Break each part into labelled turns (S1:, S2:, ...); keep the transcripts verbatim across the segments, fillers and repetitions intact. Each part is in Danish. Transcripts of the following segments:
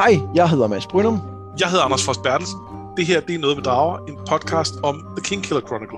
S1: Hej, jeg hedder Mads Brynum.
S2: Jeg hedder Anders Frost Bertelsen. Det her, det er Noget med Drager, en podcast om The Kingkiller Chronicle.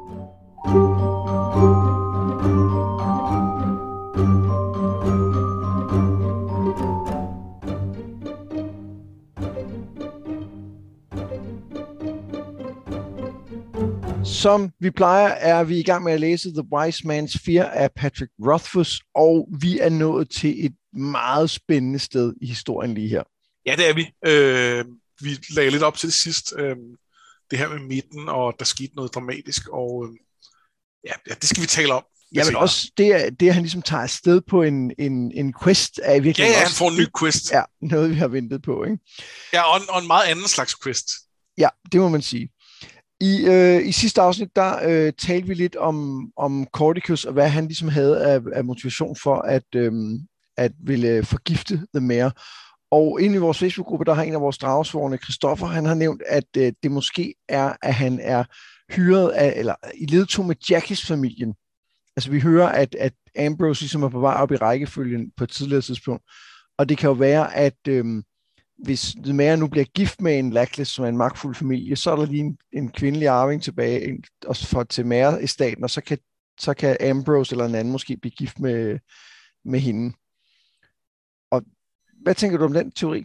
S1: Som vi plejer, er vi i gang med at læse The Wise Man's Fear af Patrick Rothfuss, og vi er nået til et meget spændende sted i historien lige her.
S2: Ja, det er vi. Øh, vi lagde lidt op til det sidst. Øh, det her med midten, og der skete noget dramatisk, og øh, ja, ja, det skal vi tale om.
S1: Ja, men også det, det, at han ligesom tager afsted på en, en, en quest, er virkelig
S2: ja, ja,
S1: også...
S2: han får en ny quest.
S1: Ja, noget vi har ventet på, ikke?
S2: Ja, og, og en meget anden slags quest.
S1: Ja, det må man sige. I, øh, i sidste afsnit, der øh, talte vi lidt om, om Cordicus, og hvad han ligesom havde af, af motivation for at, øh, at ville forgifte The Mare. Og inde i vores Facebook-gruppe, der har en af vores dragesvorne, Christoffer, han har nævnt, at øh, det måske er, at han er hyret af, eller i ledtog med Jackies familien. Altså vi hører, at, at Ambrose ligesom er på vej op i rækkefølgen på et tidligere tidspunkt. Og det kan jo være, at øh, hvis The Mare nu bliver gift med en Lackless, som er en magtfuld familie, så er der lige en, en kvindelig arving tilbage en, også for, til Mare i staten, og så kan, så kan Ambrose eller en anden måske blive gift med, med hende. Og hvad tænker du om den teori?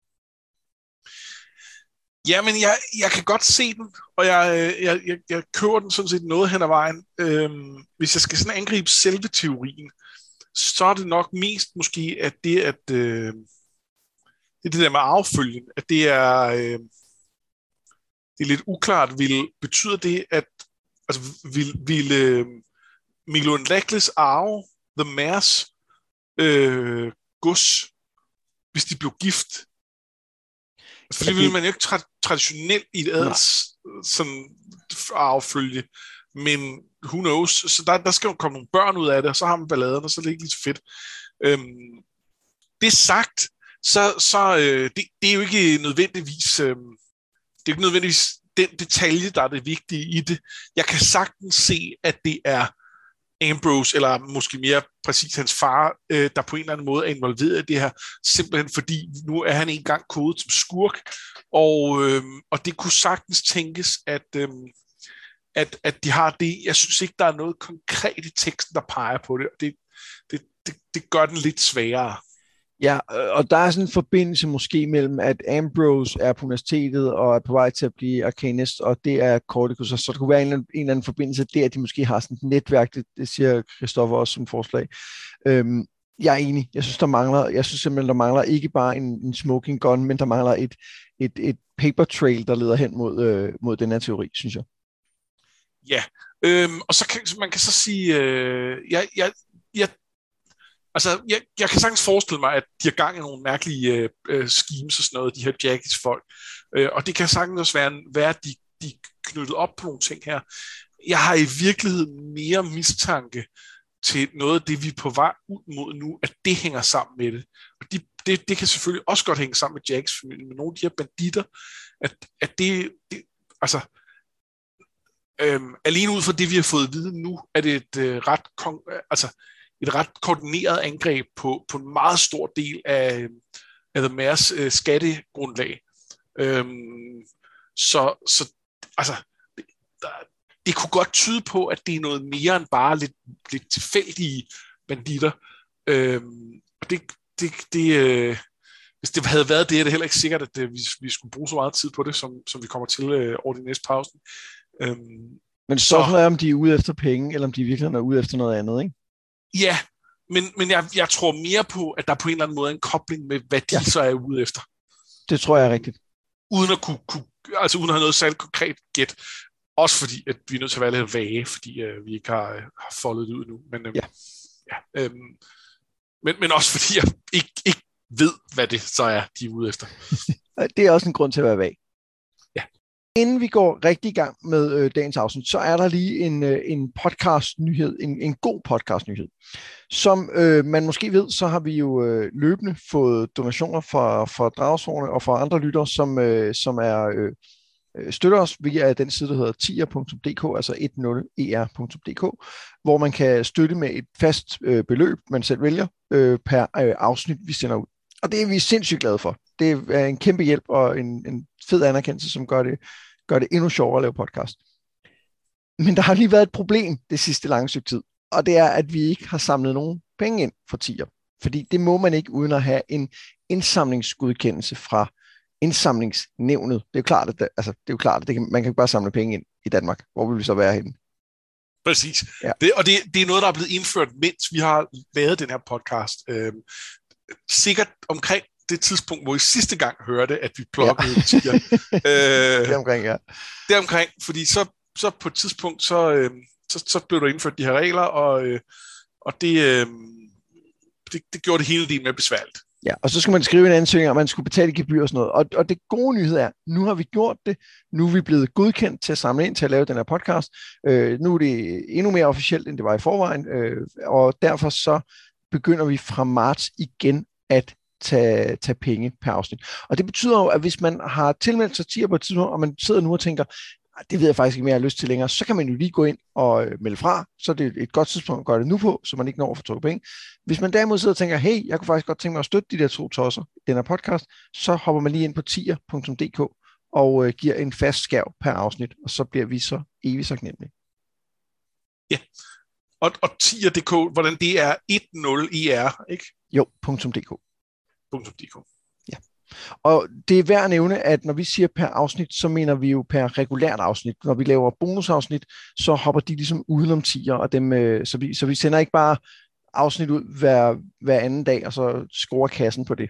S2: Jamen, jeg, jeg kan godt se den, og jeg, jeg, jeg, jeg køber den sådan set noget hen ad vejen. Øhm, hvis jeg skal sådan angribe selve teorien, så er det nok mest måske, at det, at øh, det er det der med arvefølgen, at det er, øh, det er lidt uklart. Vil, betyder det, at altså, vil, vil øh, Milo Lackless arve The Mares øh, gods, hvis de blev gift? For det vil man jo ikke tra- traditionelt i et adels sådan arvefølge, men who knows, så der, der skal jo komme nogle børn ud af det, og så har man balladen, og så er det ikke lige så fedt. Øhm, det sagt, så, så øh, det, det er jo ikke nødvendigvis øh, det er ikke nødvendigvis den detalje, der er det vigtige i det. Jeg kan sagtens se, at det er Ambrose, eller måske mere præcis hans far, øh, der på en eller anden måde er involveret i det her, simpelthen fordi nu er han engang kodet som skurk, og, øh, og det kunne sagtens tænkes, at, øh, at, at de har det. Jeg synes ikke, der er noget konkret i teksten, der peger på det, og det, det, det, det gør den lidt sværere.
S1: Ja, og der er sådan en forbindelse måske mellem, at Ambrose er på universitetet og er på vej til at blive arcanist, og det er Cordicus, så der kunne være en, en eller anden forbindelse der, at de måske har sådan et netværk, det, det siger Christoffer også som forslag. Øhm, jeg er enig, jeg synes, der mangler, jeg synes simpelthen, der mangler ikke bare en, en smoking gun, men der mangler et, et, et paper trail, der leder hen mod, øh, mod den her teori, synes jeg.
S2: Ja, øhm, og så kan man kan så sige, øh, jeg, jeg, jeg Altså, jeg, jeg kan sagtens forestille mig, at de har gang i nogle mærkelige øh, schemes og sådan noget, de her Jackies folk. Øh, og det kan sagtens også være, være at de, de er knyttet op på nogle ting her. Jeg har i virkeligheden mere mistanke til noget af det, vi er på vej ud mod nu, at det hænger sammen med det. Og de, det, det kan selvfølgelig også godt hænge sammen med Jacks familie, med nogle af de her banditter, at, at det, det altså, øhm, alene ud fra det, vi har fået at vide nu, er det et øh, ret, kon- altså, et ret koordineret angreb på, på en meget stor del af, af The Mares øh, skattegrundlag. Øhm, så, så altså, det, der, det kunne godt tyde på, at det er noget mere end bare lidt, lidt tilfældige banditter. Øhm, og det, det, det øh, hvis det havde været det, er det heller ikke sikkert, at det, vi, vi skulle bruge så meget tid på det, som, som vi kommer til øh, over de næste pausen. Øhm,
S1: Men spørgsmålet er, om de er ude efter penge, eller om de virkelig er ude efter noget andet, ikke?
S2: Ja, men, men jeg, jeg tror mere på, at der på en eller anden måde er en kobling med, hvad de ja. så er ude efter.
S1: Det tror jeg er rigtigt.
S2: Uden at kunne, kunne altså uden at have noget særligt konkret gæt. Også fordi, at vi er nødt til at være lidt vage, fordi uh, vi ikke har, har foldet det ud nu. Men, uh,
S1: ja.
S2: Ja, um, men, men også fordi, jeg ikke, ikke ved, hvad det så er, de er ude efter.
S1: Det er også en grund til at være vag.
S2: Ja.
S1: Inden vi går rigtig i gang med øh, dagens afsnit, så er der lige en, øh, en podcast-nyhed, en, en god podcast-nyhed. Som øh, man måske ved, så har vi jo øh, løbende fået donationer fra, fra Dragesvorne og fra andre lyttere, som, øh, som er øh, støtter os via den side, der hedder tier punktum d k, altså ti er punktum d k, hvor man kan støtte med et fast øh, beløb, man selv vælger, øh, per øh, afsnit, vi sender ud. Og det er vi sindssygt glade for. det er en kæmpe hjælp og en, en fed anerkendelse, som gør det, gør det endnu sjovere at lave podcast. Men der har lige været et problem det sidste lange stykke tid, og det er, at vi ikke har samlet nogen penge ind for tier. Fordi det må man ikke uden at have en indsamlingsgodkendelse fra indsamlingsnævnet. Det er jo klart, at, det, altså, det er jo klart, at det kan, man kan ikke bare samle penge ind i Danmark. Hvor vil vi så være henne?
S2: Præcis.
S1: Ja.
S2: Det, og det, det er noget, der er blevet indført, mens vi har lavet den her podcast. Øh, sikkert omkring det tidspunkt, hvor I sidste gang hørte, at vi plukkede ja. tier. øh,
S1: det er omkring, ja.
S2: Det er omkring, fordi så, så på et tidspunkt, så, øh, så, så blev der indført de her regler, og, øh, og det, øh, det, det gjorde det hele del mere besværligt.
S1: Ja, og så skulle man skrive en ansøgning, og man skulle betale gebyr og sådan noget. Og, og det gode nyhed er, nu har vi gjort det. Nu er vi blevet godkendt til at samle ind til at lave den her podcast. Øh, nu er det endnu mere officielt, end det var i forvejen. Øh, og derfor så begynder vi fra marts igen at tage, tage penge per afsnit. Og det betyder jo, at hvis man har tilmeldt sig tier på et tidspunkt, og man sidder nu og tænker, det ved jeg faktisk ikke mere, jeg har lyst til længere, så kan man jo lige gå ind og melde fra, så det er et godt tidspunkt at gøre det nu på, så man ikke når at få trukket penge. Hvis man derimod sidder og tænker, hey, jeg kunne faktisk godt tænke mig at støtte de der to tosser i den her podcast, så hopper man lige ind på tier punktum d k og øh, giver en fast skærv per afsnit, og så bliver vi så evigt så taknemmelige.
S2: Ja, og, og tier punktum d k, hvordan det er et nul i r, ikke?
S1: Jo, .dk.
S2: .dk.
S1: Ja. Og det er værd at nævne, at når vi siger per afsnit, så mener vi jo per regulært afsnit. Når vi laver bonusafsnit, så hopper de ligesom udenom tier, og dem, øh, så, vi, så vi sender ikke bare afsnit ud hver, hver anden dag, og så scorer kassen på det.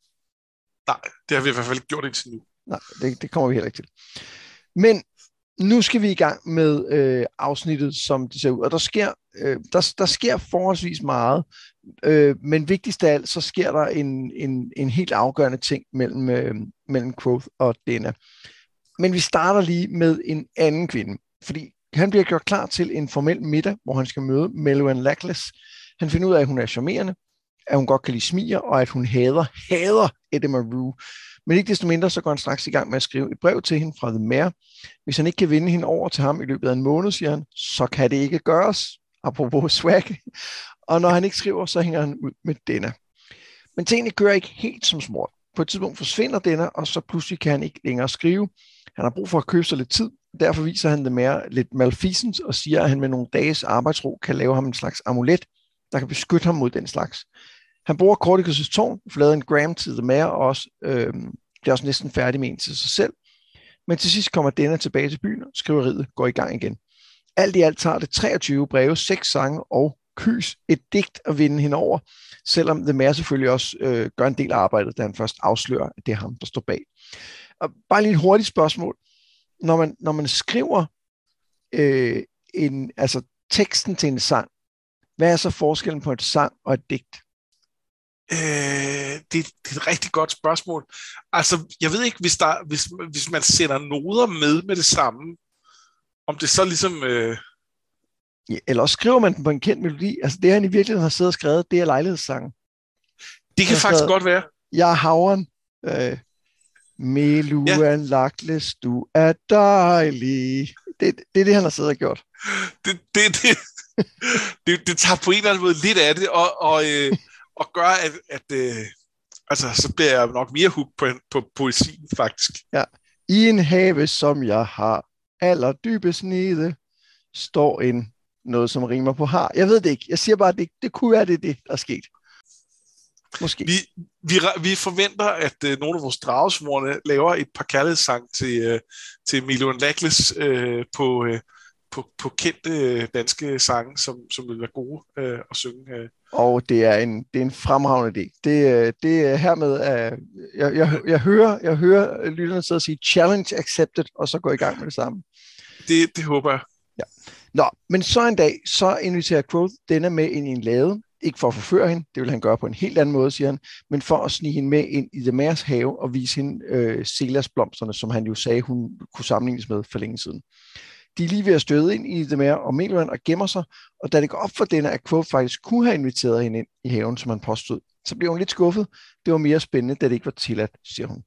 S2: Nej, det har vi i hvert fald ikke gjort indtil nu.
S1: Nej, det, det kommer vi heller ikke til. Men nu skal vi i gang med øh, afsnittet, som det ser ud. Og der sker, øh, der, der sker forholdsvis meget, øh, men vigtigst af alt, så sker der en, en, en helt afgørende ting mellem, øh, mellem Quoth og Denna. Men vi starter lige med en anden kvinde, fordi han bliver gjort klar til en formel middag, hvor han skal møde Meluan Lackless. Han finder ud af, at hun er charmerende, at hun godt kan lide smiger, og at hun hader, hader Edema Rue. Men ikke desto mindre, så går han straks i gang med at skrive et brev til hende fra The Mayor. Hvis han ikke kan vinde hende over til ham i løbet af en måned, siger han, så kan det ikke gøres. Apropos swag. Og når han ikke skriver, så hænger han ud med Denna. Men tingene kører ikke helt som smurt. På et tidspunkt forsvinder Denna, og så pludselig kan han ikke længere skrive. Han har brug for at købe sig lidt tid. Derfor viser han The Mayor lidt malfeasance og siger, at han med nogle dages arbejdsro kan lave ham en slags amulet, der kan beskytte ham mod den slags. Han bruger Corticus' tårn, får lavet en gram til The Mayor, og også, øh, bliver også næsten færdig med en til sig selv. Men til sidst kommer Denna tilbage til byen, og skriveriet går i gang igen. Alt i alt tager det treogtyve breve, seks sange og kys, et digt at vinde hende over, selvom The Mayor selvfølgelig også øh, gør en del af arbejdet, da han først afslører, at det er ham, der står bag. Og bare lige et hurtigt spørgsmål. Når man, når man skriver øh, en, altså teksten til en sang, hvad er så forskellen på et sang og et digt?
S2: Øh, det, det er et rigtig godt spørgsmål. Altså, jeg ved ikke, hvis, der, hvis, hvis man sender noder med med det samme, om det så ligesom... Øh...
S1: Ja, eller også skriver man den på en kendt melodi. Altså, det han i virkeligheden har siddet og skrevet, det er lejlighedssangen.
S2: Det kan faktisk
S1: skrevet,
S2: godt være.
S1: Jeg er havren. Øh, Meluan Lackless, du er dejlig. Det, det er det, han har siddet og gjort.
S2: Det, det, det, det, det tager på en eller anden måde lidt af det, og... og øh... og gør, at, at øh, altså, så bliver jeg nok mere hooked på, på poesien, faktisk.
S1: Ja. I en have, som jeg har allerdybest nede, står en noget, som rimer på har. Jeg ved det ikke. Jeg siger bare, at det, det kunne være det, det, der er sket. Måske.
S2: Vi, vi, vi forventer, at øh, nogle af vores dragesvorne laver et par kærlighedssang til, øh, til Meluan Lackless øh, på, øh, på, på kendte øh, danske sange, som, som vil være gode øh, at synge. Øh.
S1: Og det er en, det er en fremragende idé. Det, det er hermed, uh, jeg, jeg, jeg, hører, jeg hører lytterne sidde og sige, challenge accepted, og så gå i gang med det samme.
S2: Det, det håber jeg.
S1: Ja. Nå, men så en dag, så inviterer Quoth Denna med ind i en lade. Ikke for at forføre hende, det vil han gøre på en helt anden måde, siger han, men for at snige hende med ind i The Mayors have og vise hende øh, Celas-blomsterne, som han jo sagde, hun kunne sammenlignes med for længe siden. De er lige ved at støde ind i The Mayor og Meluan og gemmer sig, og da det går op for Denna, at Quoth faktisk kunne have inviteret hende ind i haven, som han påstod, så bliver hun lidt skuffet. Det var mere spændende, da det ikke var tilladt, siger hun.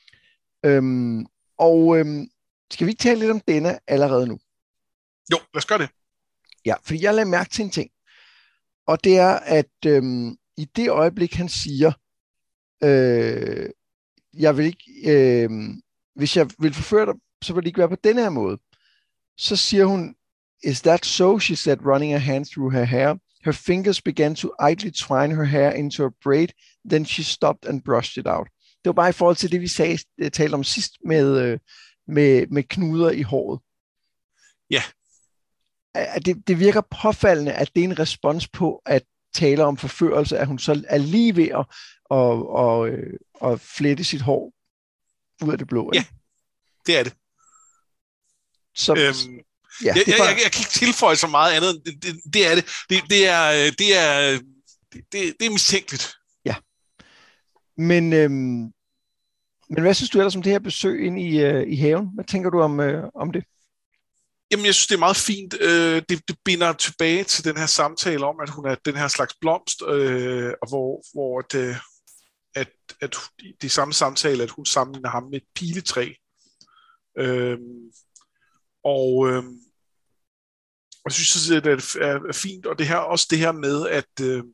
S1: Øhm, og øhm, skal vi ikke tale lidt om Denna allerede nu?
S2: Jo, lad os gøre det.
S1: Ja, fordi jeg lagde mærke til en ting, og det er, at øhm, i det øjeblik, han siger, øh, jeg vil ikke, øh, hvis jeg vil forføre dig, så vil det ikke være på den her måde. Så siger hun, is that so? She said, running a hand through her hair. Her fingers began to idly twine her hair into a braid, then she stopped and brushed it out. Det var bare i forhold til det, vi sagde, talte om sidst med, øh, med, med knuder i håret.
S2: Ja.
S1: Det, det virker påfaldende, at det er en respons på at tale om forførelse, at hun så er lige ved at, at, at, at, at flette sit hår ud af det blå.
S2: Ja, det er det.
S1: Så,
S2: øhm,
S1: ja,
S2: jeg,
S1: det bare...
S2: jeg, jeg, jeg kan ikke tilføje så meget andet. Det, det, det er det. Det, det er det er det, det er mistænkeligt.
S1: Ja. Men øhm, men hvad synes du ellers om det her besøg ind i øh, i haven? Hvad tænker du om øh, om det?
S2: Jamen, jeg synes, det er meget fint. Øh, det, det binder tilbage til den her samtale om, at hun er den her slags blomst, øh, og hvor, hvor det, at, at det samme samtale, at hun sammenligner ham med et piletræ. Øh, og øh, jeg synes, at det er, er fint, og det her også det her med, at øh,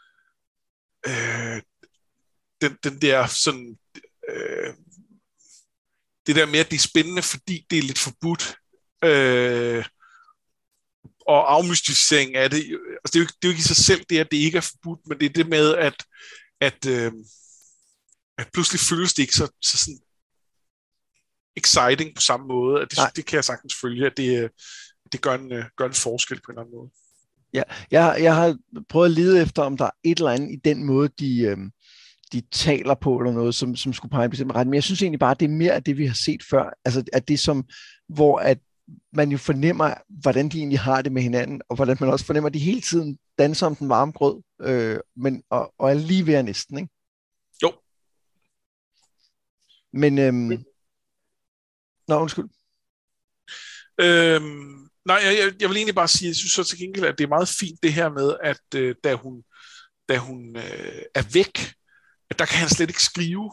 S2: øh, den, den der sådan, øh, det der med, at det er spændende, fordi det er lidt forbudt, Øh, og afmystificering af det, altså det er, jo ikke, det er jo ikke i sig selv det, at det ikke er forbudt, men det er det med, at, at, øh, at pludselig føles det ikke så, så sådan exciting på samme måde, at det, det kan jeg sagtens følge, at det, det gør, en, gør en forskel på en eller anden måde.
S1: Ja, jeg, jeg har prøvet at lede efter, om der er et eller andet i den måde, de, øh, de taler på, eller noget, som, som skulle pege en bestemt retning, men jeg synes egentlig bare, at det er mere af det, vi har set før, altså at det som, hvor at man jo fornemmer, hvordan de egentlig har det med hinanden, og hvordan man også fornemmer, at de hele tiden danser om den varme grød, øh, men, og, og er lige ved at næsten, ikke?
S2: Jo.
S1: Men, øhm... nå, undskyld.
S2: Øhm, nej, jeg, jeg vil egentlig bare sige, jeg synes så til gengæld, at det er meget fint det her med, at øh, da hun, da hun øh, er væk, at der kan han slet ikke skrive.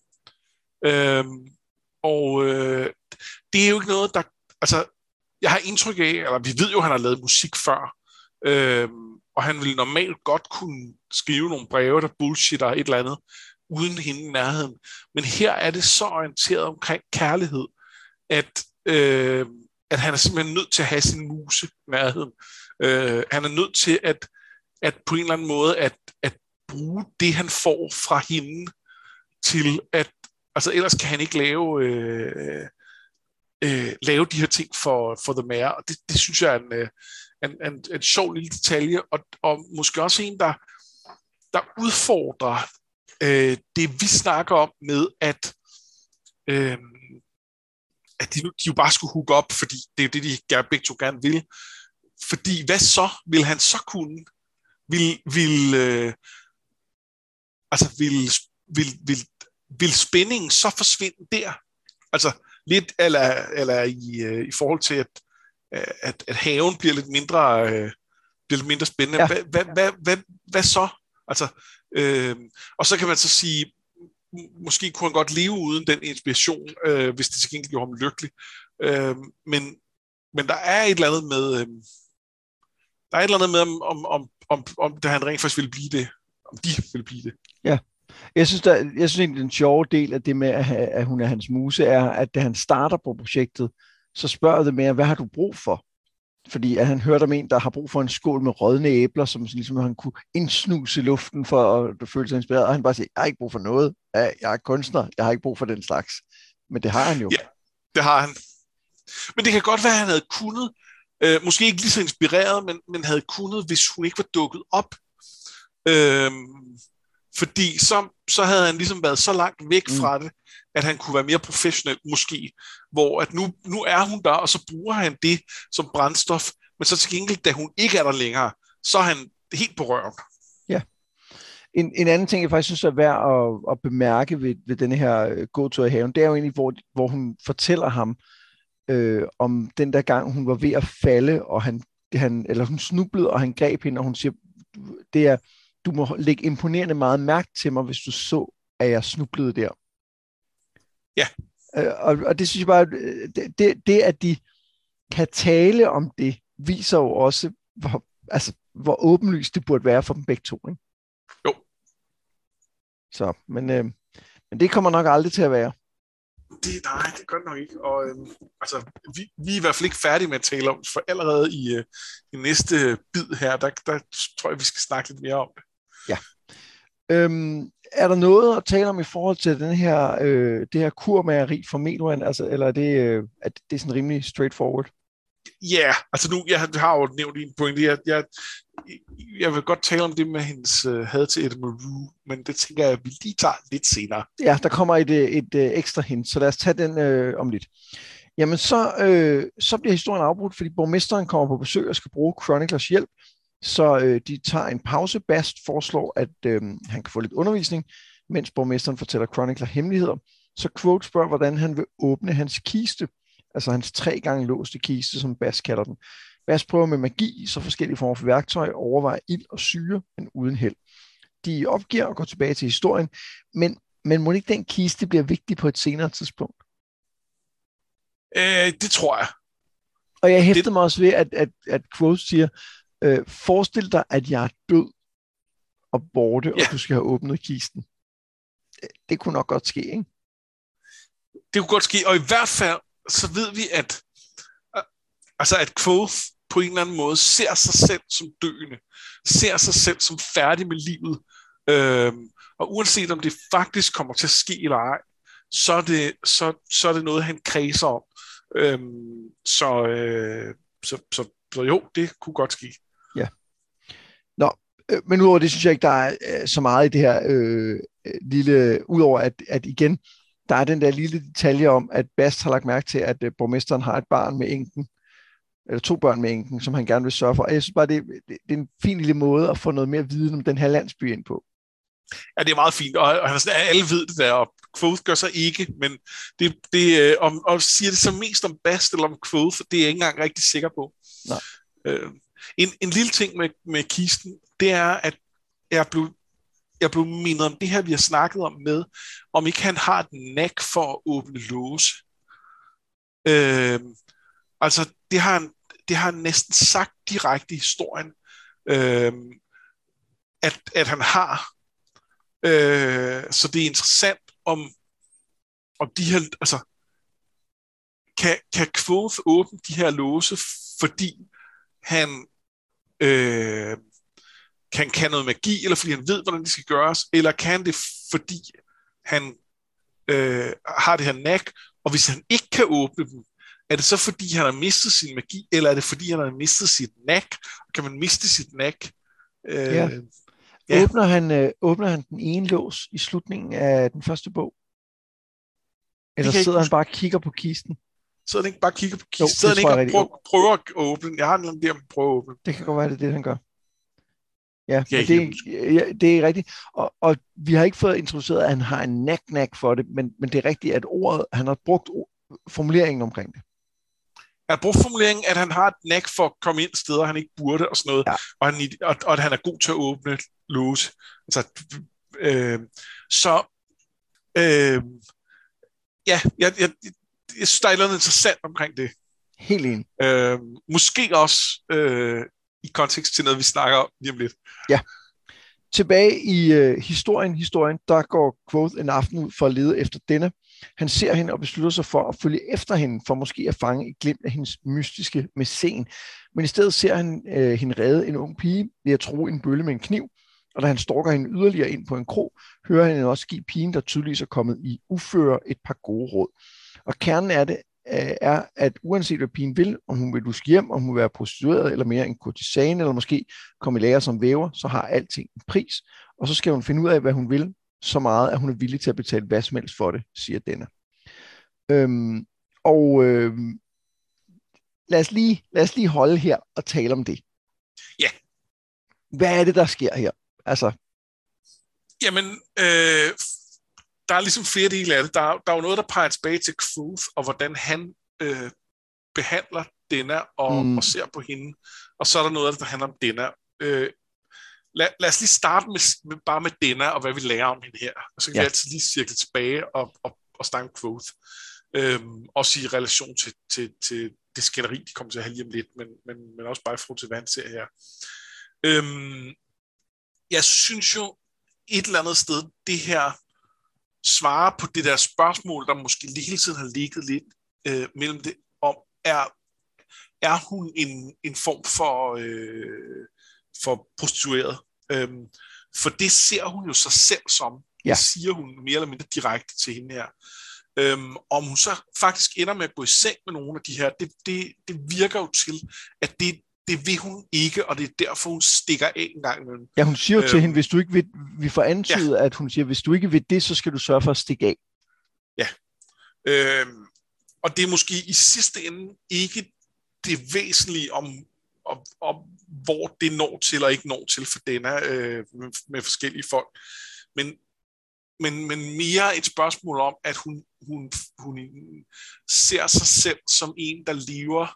S2: Øhm, og øh, det er jo ikke noget, der altså, jeg har indtryk af, eller vi ved jo, at han har lavet musik før, øhm, og han ville normalt godt kunne skrive nogle breve, der bullshitter et eller andet, uden hende i nærheden. Men her er det så orienteret omkring kærlighed, at, øh, at han er simpelthen nødt til at have sin muse i nærheden. Øh, han er nødt til at, at på en eller anden måde at, at bruge det, han får fra hende, til at, altså ellers kan han ikke lave... Øh, Øh, lave de her ting for, for The Mayor, og det, det synes jeg er en, en, en, en sjov lille detalje, og, og måske også en, der, der udfordrer øh, det, vi snakker om med, at, øh, at de, de jo bare skulle hook op, fordi det er jo det, de gerne, begge to gerne vil. Fordi hvad så? Vil han så kunne? Vil, vil, øh, altså vil, vil, vil, vil spændingen så forsvinde der? Altså, lidt, eller, eller i, øh, i forhold til, at, at, at haven bliver lidt mindre, øh, bliver lidt mindre spændende. Ja. Hvad, hvad, hvad, hvad, hvad så? Altså, øh, og så kan man så sige, måske kunne han godt leve uden den inspiration, øh, hvis det til gengæld gjorde ham lykkelig. Øh, men, men der er et eller andet med, øh, der er et eller andet med, om, om, om, om, om det han rent faktisk ville blive det, om de ville blive det.
S1: Ja. Jeg synes, der, jeg synes egentlig, den sjove del af det med, at, at hun er hans muse, er, at da han starter på projektet, så spørger det med, hvad har du brug for? Fordi at han hørte om en, der har brug for en skål med rådne æbler, som ligesom han kunne indsnuse luften for at føle sig inspireret, og han bare siger, jeg har ikke brug for noget, jeg er kunstner, jeg har ikke brug for den slags. Men det har han jo.
S2: Ja, det har han. Men det kan godt være, at han havde kunnet, øh, måske ikke lige så inspireret, men, men havde kunnet, hvis hun ikke var dukket op. Øh, Fordi så, så havde han ligesom været så langt væk fra det, at han kunne være mere professionel måske, hvor at nu, nu er hun der, og så bruger han det som brændstof, men så til gengæld, da hun ikke er der længere, så er han helt på røven.
S1: Ja. En, en anden ting, jeg faktisk synes er værd at, at bemærke ved, ved denne her gåtur i haven, det er jo egentlig, hvor, hvor hun fortæller ham øh, om den der gang, hun var ved at falde, og han, han, eller hun snublede, og han greb hende, og hun siger, det er du må lægge imponerende meget mærke til mig, hvis du så, at jeg snublede der.
S2: Ja.
S1: Øh, og, og det synes jeg bare, det, det, det, at de kan tale om det, viser jo også, hvor, altså, hvor åbenlyst det burde være for dem begge to. Ikke?
S2: Jo.
S1: Så, men, øh, Men det kommer nok aldrig til at være.
S2: Det, nej, det gør det nok ikke. Og øhm, altså, vi, vi er i hvert fald ikke færdige med at tale om det, for allerede i, øh, i næste bid her, der, der tror jeg, vi skal snakke lidt mere om det.
S1: Ja. Øhm, er der noget at tale om i forhold til den her, øh, det her kurmageri for Meloen, altså, eller er det, øh, er det sådan rimelig straightforward?
S2: Ja, yeah, altså nu, jeg har jo nævnt en pointe. Jeg, jeg, jeg vil godt tale om det med hendes øh, had til Edmund Rue, men det tænker jeg, at vi lige tager lidt senere.
S1: Ja, der kommer et, et, et, et ekstra hint, så lad os tage den øh, om lidt. Jamen, så, øh, så bliver historien afbrudt, fordi borgmesteren kommer på besøg og skal bruge Chroniclers hjælp, så øh, de tager en pause. Bast foreslår, at øh, han kan få lidt undervisning, mens borgmesteren fortæller Chronicler hemmeligheder. Så Quote spørger, hvordan han vil åbne hans kiste, altså hans tre gange låste kiste, som Bast kalder den. Bast prøver med magi, så forskellige former for værktøj, overvejer ild og syre, men uden held. De opgiver og går tilbage til historien, men, men må ikke den kiste bliver vigtig på et senere tidspunkt?
S2: Øh, det tror jeg.
S1: Og jeg hæfter det... mig også ved, at, at, at Quote siger, øh, forestil dig, at jeg er død og borte, ja. Og du skal have åbnet kisten. Det, det kunne nok godt ske, ikke?
S2: Det kunne godt ske, og i hvert fald, så ved vi, at altså at Quoth på en eller anden måde ser sig selv som døende, ser sig selv som færdig med livet, øhm, og uanset om det faktisk kommer til at ske eller ej, så er det, så, så er det noget, han kredser om. Øhm, så, øh, så, så, så jo, det kunne godt ske.
S1: Ja. Nå, øh, men udover det synes jeg ikke, der er øh, så meget i det her øh, lille, udover at, at igen, der er den der lille detalje om, at Bast har lagt mærke til, at øh, borgmesteren har et barn med enken, eller to børn med enken, som han gerne vil sørge for. Og jeg synes bare, det, det, det er en fin lille måde at få noget mere viden om den her landsby ind på.
S2: Ja, det er meget fint, og, og alle ved det der, og Quoth gør sig ikke, men det, det, om, og siger det så mest om Bast eller om Quoth, det er jeg ikke engang rigtig sikker på.
S1: Nej.
S2: Øh, en, en lille ting med, med kisten, det er, at jeg blev, jeg blev mindet om det her, vi har snakket om med, om ikke han har et knack for at åbne låse. Øh, altså, det har, han, det har han næsten sagt direkte i historien, øh, at, at han har. Øh, så det er interessant, om, om de her, altså, kan, kan Quoth åbne de her låse, fordi han øh, kan, kan noget magi, eller fordi han ved, hvordan det skal gøres, eller kan det, fordi han øh, har det her knack, og hvis han ikke kan åbne dem, er det så fordi han har mistet sin magi, eller er det fordi han har mistet sit knack? Kan man miste sit knack? Øh,
S1: ja. Ja. Åbner, han, øh, åbner han den ene lås i slutningen af den første bog? Eller sidder han bare og kigger på kisten?
S2: Sidder han ikke bare og kigger på kisten? Jo, sidder han ikke og prøver, prøver at åbne den? Jeg har en der, om prøver at åbne den.
S1: Det kan godt være, det er det, han gør. Ja, ja, det, ja det er rigtigt. Og, og vi har ikke fået introduceret, at han har en knack-knack for det, men, men det er rigtigt, at ordet, han har brugt formuleringen omkring det.
S2: Han har brugt formuleringen, at han har et knack for at komme ind steder, han ikke burde og sådan noget, ja. og, han, og, og at han er god til at åbne låse. Altså, øh, så øh, ja, jeg, jeg, jeg synes, der er noget interessant omkring det.
S1: Helt enig.
S2: Øh, måske også øh, i kontekst til noget, vi snakker om lige om lidt.
S1: Ja. Tilbage i øh, historien, historien, der går Quoth en aften ud for at lede efter denne. Han ser hende og beslutter sig for at følge efter hende, for måske at fange et glimt af hendes mystiske mæcen. Men i stedet ser han øh, hende redde en ung pige ved at true en bølle med en kniv, og da han stalker hende yderligere ind på en krog, hører han hende også give pigen, der tydeligvis er kommet i uføre, et par gode råd. Og kernen af det øh, er, at uanset hvad pigen vil, om hun vil luske hjem, om hun vil være prostitueret, eller mere en kurtisane, eller måske komme i lære som væver, så har alting en pris. Og så skal hun finde ud af, hvad hun vil, så meget, at hun er villig til at betale hvad som helst for det, siger denne. Øhm, og øhm, lad, os lige, lad os lige holde her og tale om det.
S2: Ja. Yeah.
S1: Hvad er det, der sker her? Altså.
S2: Jamen, øh, der er ligesom flere dele af det. Der, der er jo noget, der peger tilbage til Quoth, og hvordan han øh, behandler denne og, mm. og ser på hende. Og så er der noget, der handler om denne. Øh, Lad, lad os lige starte med, med, bare med denne, og hvad vi lærer om hende her. Og så kan ja. vi altid lige cirkle tilbage og, og, og snakke om Quoth. Øhm, også i relation til, til, til det skænderi, de kommer til at have lige om lidt, men, men, men også bare i forhold til, hvad han ser her. Øhm, jeg synes jo et eller andet sted, det her svare på det der spørgsmål, der måske hele tiden har ligget lidt øh, mellem det, om er, er hun en, en form for, øh, for prostitueret. Øhm, for det ser hun jo sig selv som. Ja. Det siger hun mere eller mindre direkte til hende her. Øhm, om hun så faktisk ender med at gå i seng med nogle af de her, det, det, det virker jo til, at det, det vil hun ikke, og det er derfor, hun stikker af en gang imellem.
S1: Ja, hun siger jo
S2: øhm,
S1: til hende, hvis du ikke vil, vi får antydet, ja. At hun siger, hvis du ikke vil det, så skal du sørge for at stikke af.
S2: Ja. Øhm, og det er måske i sidste ende ikke det væsentlige om, om, om hvor det når til og ikke når til for denne øh, med, med forskellige folk. Men Men, men mere et spørgsmål om, at hun, hun, hun ser sig selv som en, der lever,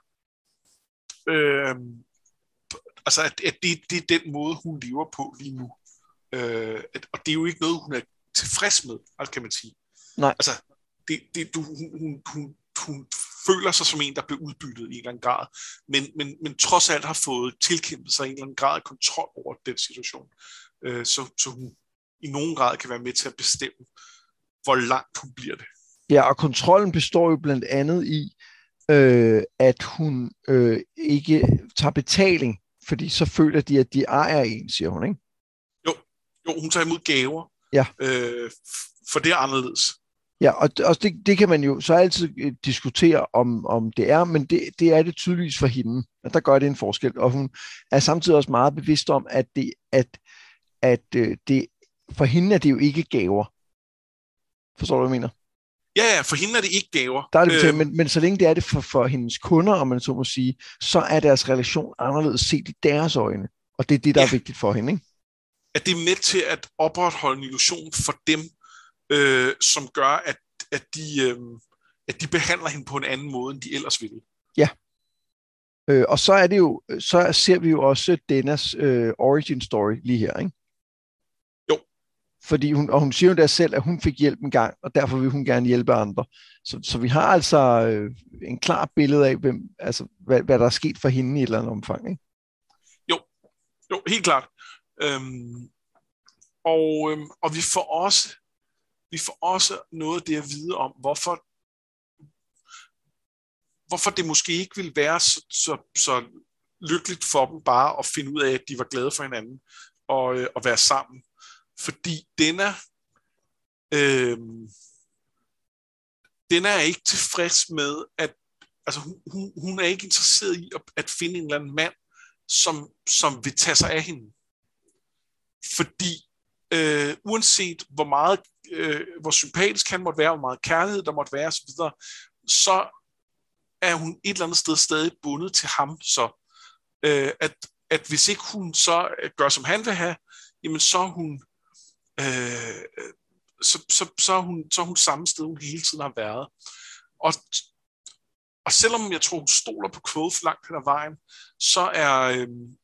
S2: øh, altså at, at det, det er den måde, hun lever på lige nu. Øh, at, og det er jo ikke noget, hun er tilfreds med, altså kan man sige.
S1: Nej.
S2: Altså, det, det, du, hun, hun, hun, hun føler sig som en, der bliver udbyttet i en eller anden grad, men, men, men trods alt har fået tilkæmpet sig en eller anden grad af kontrol over den situation. Øh, så, så hun i nogen grad kan være med til at bestemme, hvor langt hun bliver det.
S1: Ja, og kontrollen består jo blandt andet i, øh, at hun øh, ikke tager betaling, fordi så føler de, at de ejer en, siger hun, ikke?
S2: Jo, jo hun tager imod gaver,
S1: ja.
S2: øh, for det er anderledes.
S1: Ja, og, og det, det kan man jo så altid diskutere, om, om det er, men det, det er det tydeligvis for hende, at der gør det en forskel, og hun er samtidig også meget bevidst om, at det, at, at, øh, det for hende er det jo ikke gaver. Forstår du, hvad jeg mener?
S2: Ja, ja, for hende er det ikke gaver.
S1: Der er det øh... men, men så længe det er det for, for hendes kunder, om man så må sige, så er deres relation anderledes set i deres øjne. Og det er det, der ja. er vigtigt for hende, ikke?
S2: At det er med til at opretholde en illusion for dem, øh, som gør, at, at, de, øh, at de behandler hende på en anden måde, end de ellers ville.
S1: Ja. Øh, og så er det jo, så ser vi jo også Dennas øh, origin story lige her, ikke? Fordi hun, og hun siger jo der selv, at hun fik hjælp en gang, og derfor vil hun gerne hjælpe andre. Så, så vi har altså øh, en klar billede af, hvem, altså, hvad, hvad der er sket for hende i et eller andet omfang, ikke?
S2: Jo, jo, helt klart. Øhm, og, øhm, og vi får også vi får også noget af det at vide om, hvorfor hvorfor det måske ikke ville være så, så, så lykkeligt for dem bare at finde ud af, at de var glade for hinanden og, øh, og være sammen. Fordi denne, øh, denne er ikke tilfreds med, at altså hun, hun er ikke interesseret i at, at finde en eller anden mand, som, som vil tage sig af hende. Fordi øh, uanset hvor meget, øh, hvor sympatisk han måtte være, hvor meget kærlighed der måtte være osv., så er hun et eller andet sted stadig bundet til ham. Så øh, at, at hvis ikke hun så gør, som han vil have, jamen så er hun Øh, så, så, så, er hun, så er hun samme sted, hun hele tiden har været. Og, og selvom jeg tror, hun stoler på Kvothe langt hen ad vejen, så er, øh,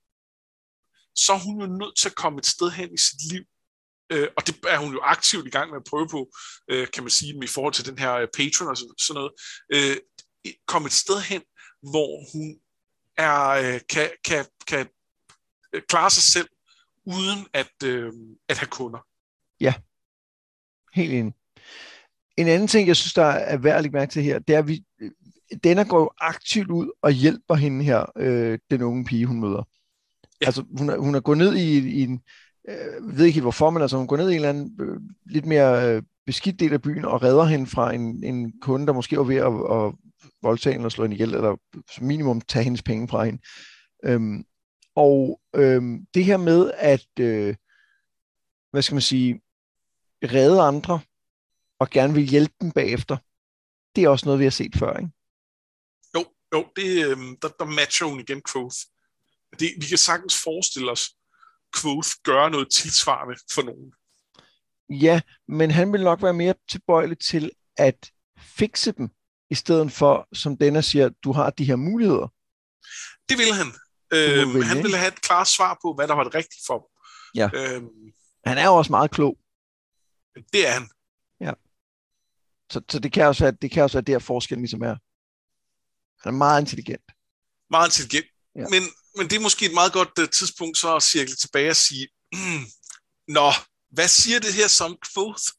S2: så er hun jo nødt til at komme et sted hen i sit liv. Øh, og det er hun jo aktivt i gang med at prøve på, øh, kan man sige, i forhold til den her Patreon og sådan noget. Øh, komme et sted hen, hvor hun er, øh, kan, kan, kan klare sig selv, uden at, øh, at have kunder.
S1: Ja, helt enig. En anden ting, jeg synes, der er værd at lægge mærke til her, det er, at vi, Denna går jo aktivt ud og hjælper hende her, øh, den unge pige, hun møder. Ja. Altså, hun er, hun er gået ned i, i en, øh, ved ikke helt hvorfor, men altså, hun går ned i en eller anden øh, lidt mere øh, beskidt del af byen og redder hende fra en, en kunde, der måske var ved at, at voldtage hende og slå hende ihjel, eller som minimum tage hendes penge fra hende. Øhm, og øhm, det her med at, øh, hvad skal man sige, redde andre og gerne vil hjælpe dem bagefter, det er også noget, vi har set før, ikke?
S2: Jo, jo det, øh, der, der matcher hun igen Kvothe. Det, vi kan sagtens forestille os Kvothe gøre noget tilsvarende for nogen.
S1: Ja, men han vil nok være mere tilbøjelig til at fikse dem, i stedet for, som Denna siger, du har de her muligheder.
S2: Det vil han. Øh, han ville have et klart svar på, hvad der var det rigtige for dem.
S1: Ja. Øhm, han er jo også meget klog.
S2: Det er han.
S1: Ja. Så, så det kan også være, det kan også være der forskellen ligesom er. Han er meget intelligent.
S2: Meget intelligent.
S1: Ja.
S2: Men, men det er måske et meget godt uh, tidspunkt så at cirkle tilbage og sige, mm, nå, hvad siger det her som Kvothe?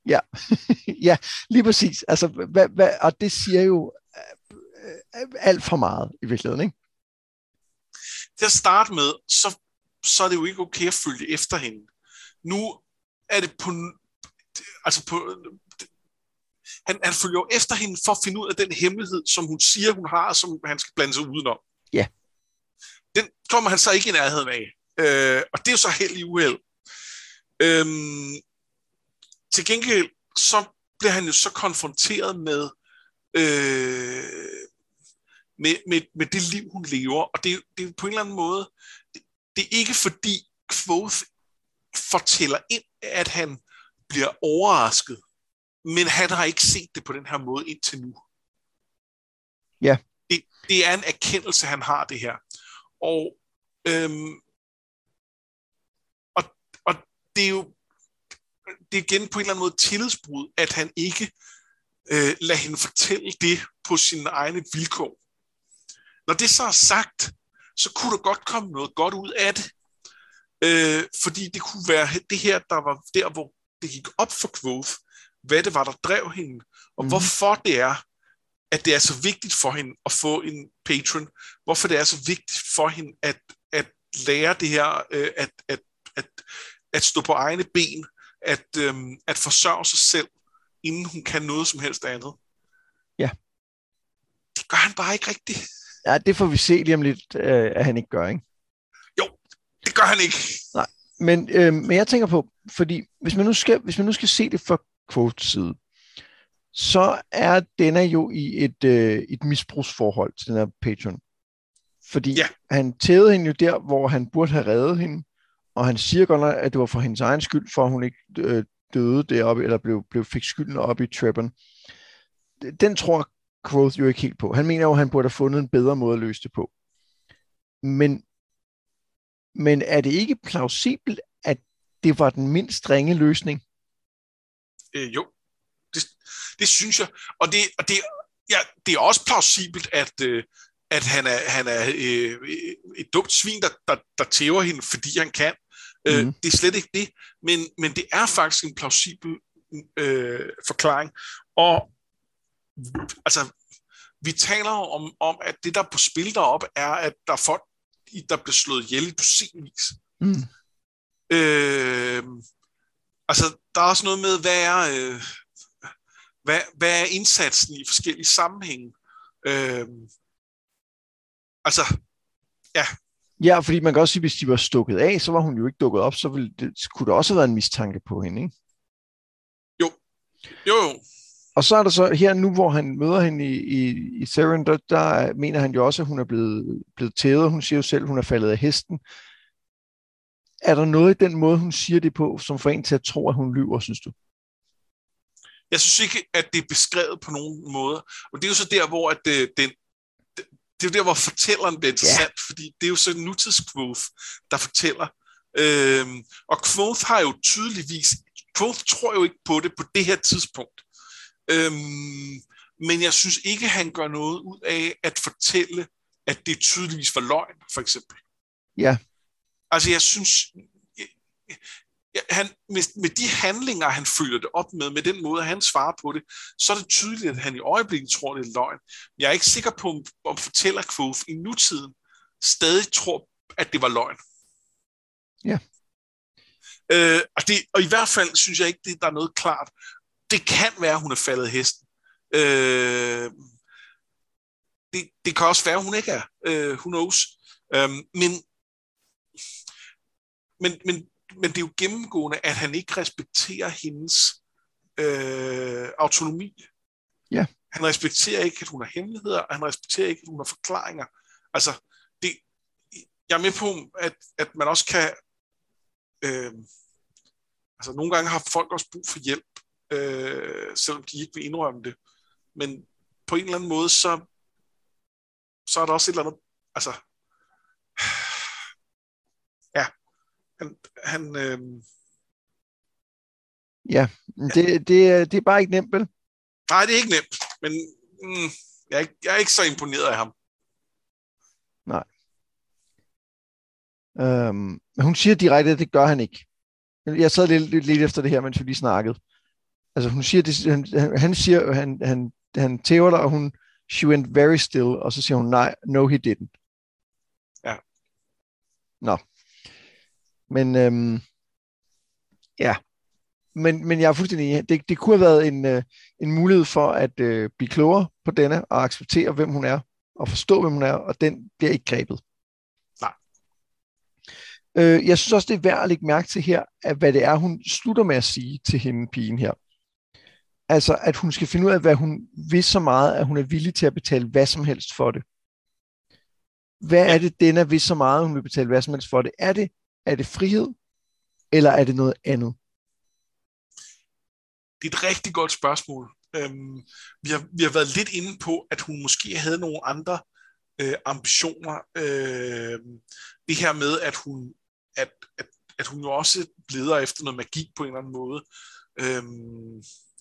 S1: Ja, ja, lige præcis. Altså, hvad, hvad, og det siger jo øh, alt for meget i virkeligheden, ikke?
S2: Til at starte med, så, så er det jo ikke okay at følge efter hende. Nu er det på... Altså på... Han, han følger jo efter hende for at finde ud af den hemmelighed, som hun siger, hun har, som han skal blande sig udenom.
S1: Ja.
S2: Den kommer han så ikke i nærheden af. Øh, og det er jo så held i uheld. Øhm, til gengæld, så bliver han jo så konfronteret med, øh, med, med, med det liv, hun lever. Og det, det er på en eller anden måde, det, det er ikke fordi Kvothe fortæller ind, at han bliver overrasket. Men han har ikke set det på den her måde indtil nu.
S1: Ja.
S2: Det, det er en erkendelse, han har det her. Og, øhm, og, og det er jo det er igen på en eller anden måde tillidsbrud, at han ikke øh, lader hende fortælle det på sine egne vilkår. Når det så er sagt, så kunne der godt komme noget godt ud af det. Øh, fordi det kunne være det her, der var der, hvor det gik op for Kvothe, hvad det var, der drev hende, og mm. hvorfor det er, at det er så vigtigt for hende at få en patron, hvorfor det er så vigtigt for hende at, at lære det her, øh, at, at, at, at stå på egne ben, at, øh, at forsørge sig selv, inden hun kan noget som helst andet.
S1: Ja.
S2: Det gør han bare ikke rigtigt.
S1: Ja, det får vi se lige om lidt, øh, at han ikke gør, ikke?
S2: Jo, det gør han ikke.
S1: Nej, men, øh, men jeg tænker på, fordi hvis man nu skal, hvis man nu skal se det fra Kvothes side, så er denne jo i et, øh, et misbrugsforhold til den her patron. Fordi ja. Han tævede hende jo der, hvor han burde have reddet hende, og han siger godt nok, at det var for hendes egen skyld, for at hun ikke øh, døde deroppe, eller blev, blev fik skylden op i Trebon. Den tror Kvothe jo ikke helt på. Han mener jo, at han burde have fundet en bedre måde at løse det på. Men, men er det ikke plausibelt, at det var den mindst ringe løsning?
S2: Øh, jo, det, det synes jeg. Og det, og det, ja, det er også plausibelt, at, øh, at han er, han er øh, et dumt svin, der, der, der tæver hende, fordi han kan. Mm. Øh, det er slet ikke det. Men, men det er faktisk en plausibel øh, forklaring. Og altså, vi taler om, om, at det, der er på spil deroppe, er, at der er folk, der bliver slået ihjel i dusinvis. Mm. Øh, altså, der er også noget med, hvad er, øh, hvad, hvad er indsatsen i forskellige sammenhænge. Øh, altså, ja.
S1: Ja, fordi man kan også sige, hvis de var stukket af, så var hun jo ikke dukket op, så ville det, kunne der også have været en mistanke på hende, ikke?
S2: Jo, jo, jo.
S1: Og så er der så her nu, hvor han møder hende i, i, i Theren, der, der mener han jo også, at hun er blevet, blevet tævet. Hun siger jo selv, at hun er faldet af hesten. Er der noget i den måde, hun siger det på, som får en til at tro, at hun lyver, synes du?
S2: Jeg synes ikke, at det er beskrevet på nogen måde. Og det er jo så der, hvor at det, det, det, det er jo der, hvor fortælleren bliver interessant, ja. Fordi det er jo så nutidskvothe, der fortæller. Øhm, og Kvothe har jo tydeligvis, Kvothe tror jo ikke på det på det her tidspunkt. Øhm, men jeg synes ikke, han gør noget ud af at fortælle, at det tydeligvis var løgn, for eksempel.
S1: Ja.
S2: Altså, jeg synes, jeg, jeg, han, med, med de handlinger, han følger det op med, med den måde, han svarer på det, så er det tydeligt, at han i øjeblikket tror, det er løgn. Jeg er ikke sikker på, om, om fortæller Kvothe i nutiden stadig tror, at det var løgn.
S1: Ja.
S2: Øh, og, det, og i hvert fald synes jeg ikke, det, der er noget klart. Det kan være, at hun er faldet af hesten. Øh, det, det kan også være, at hun ikke er. Øh, who knows? Øh, men, men, men, men det er jo gennemgående, at han ikke respekterer hendes øh, autonomi.
S1: Ja.
S2: Han respekterer ikke, at hun har hemmeligheder, og han respekterer ikke, at hun har forklaringer. Altså, det, jeg er med på, at, at man også kan... Øh, altså, nogle gange har folk også brug for hjælp, Øh, selvom de ikke vil indrømme det. Men på en eller anden måde, så, så er der også et eller andet, altså, ja, han, han øh,
S1: ja, det, det, det er bare ikke nemt, vel?
S2: Nej, det er ikke nemt, men mm, jeg, er ikke, jeg er ikke så imponeret af ham.
S1: Nej. Øhm, men hun siger direkte, at det gør han ikke. Jeg sad lidt, lidt, lidt efter det her, mens vi lige snakkede. Altså hun siger, det, han, han, han siger, han, han, han tæver dig, og hun, she went very still, og så siger hun, nej, no he didn't.
S2: Ja.
S1: Nå. Men, øhm, ja. Men, men jeg er fuldstændig enig. Det, det kunne have været en, øh, en mulighed for at øh, blive klogere på denne, og acceptere, hvem hun er, og forstå, hvem hun er, og den bliver ikke grebet.
S2: Nej.
S1: Øh, jeg synes også, det er værd at lægge mærke til her, at hvad det er, hun slutter med at sige til hende, pigen her. Altså, at hun skal finde ud af, hvad hun vil så meget, at hun er villig til at betale hvad som helst for det. Hvad ja. er det, den er vil så meget, hun vil betale hvad som helst for det? Er det, er det frihed, eller er det noget andet?
S2: Det er et rigtig godt spørgsmål. Øhm, vi, har, vi har været lidt inde på, at hun måske havde nogle andre øh, ambitioner. Øh, det her med, at hun, at, at, at hun jo også leder efter noget magi på en eller anden måde. Øhm,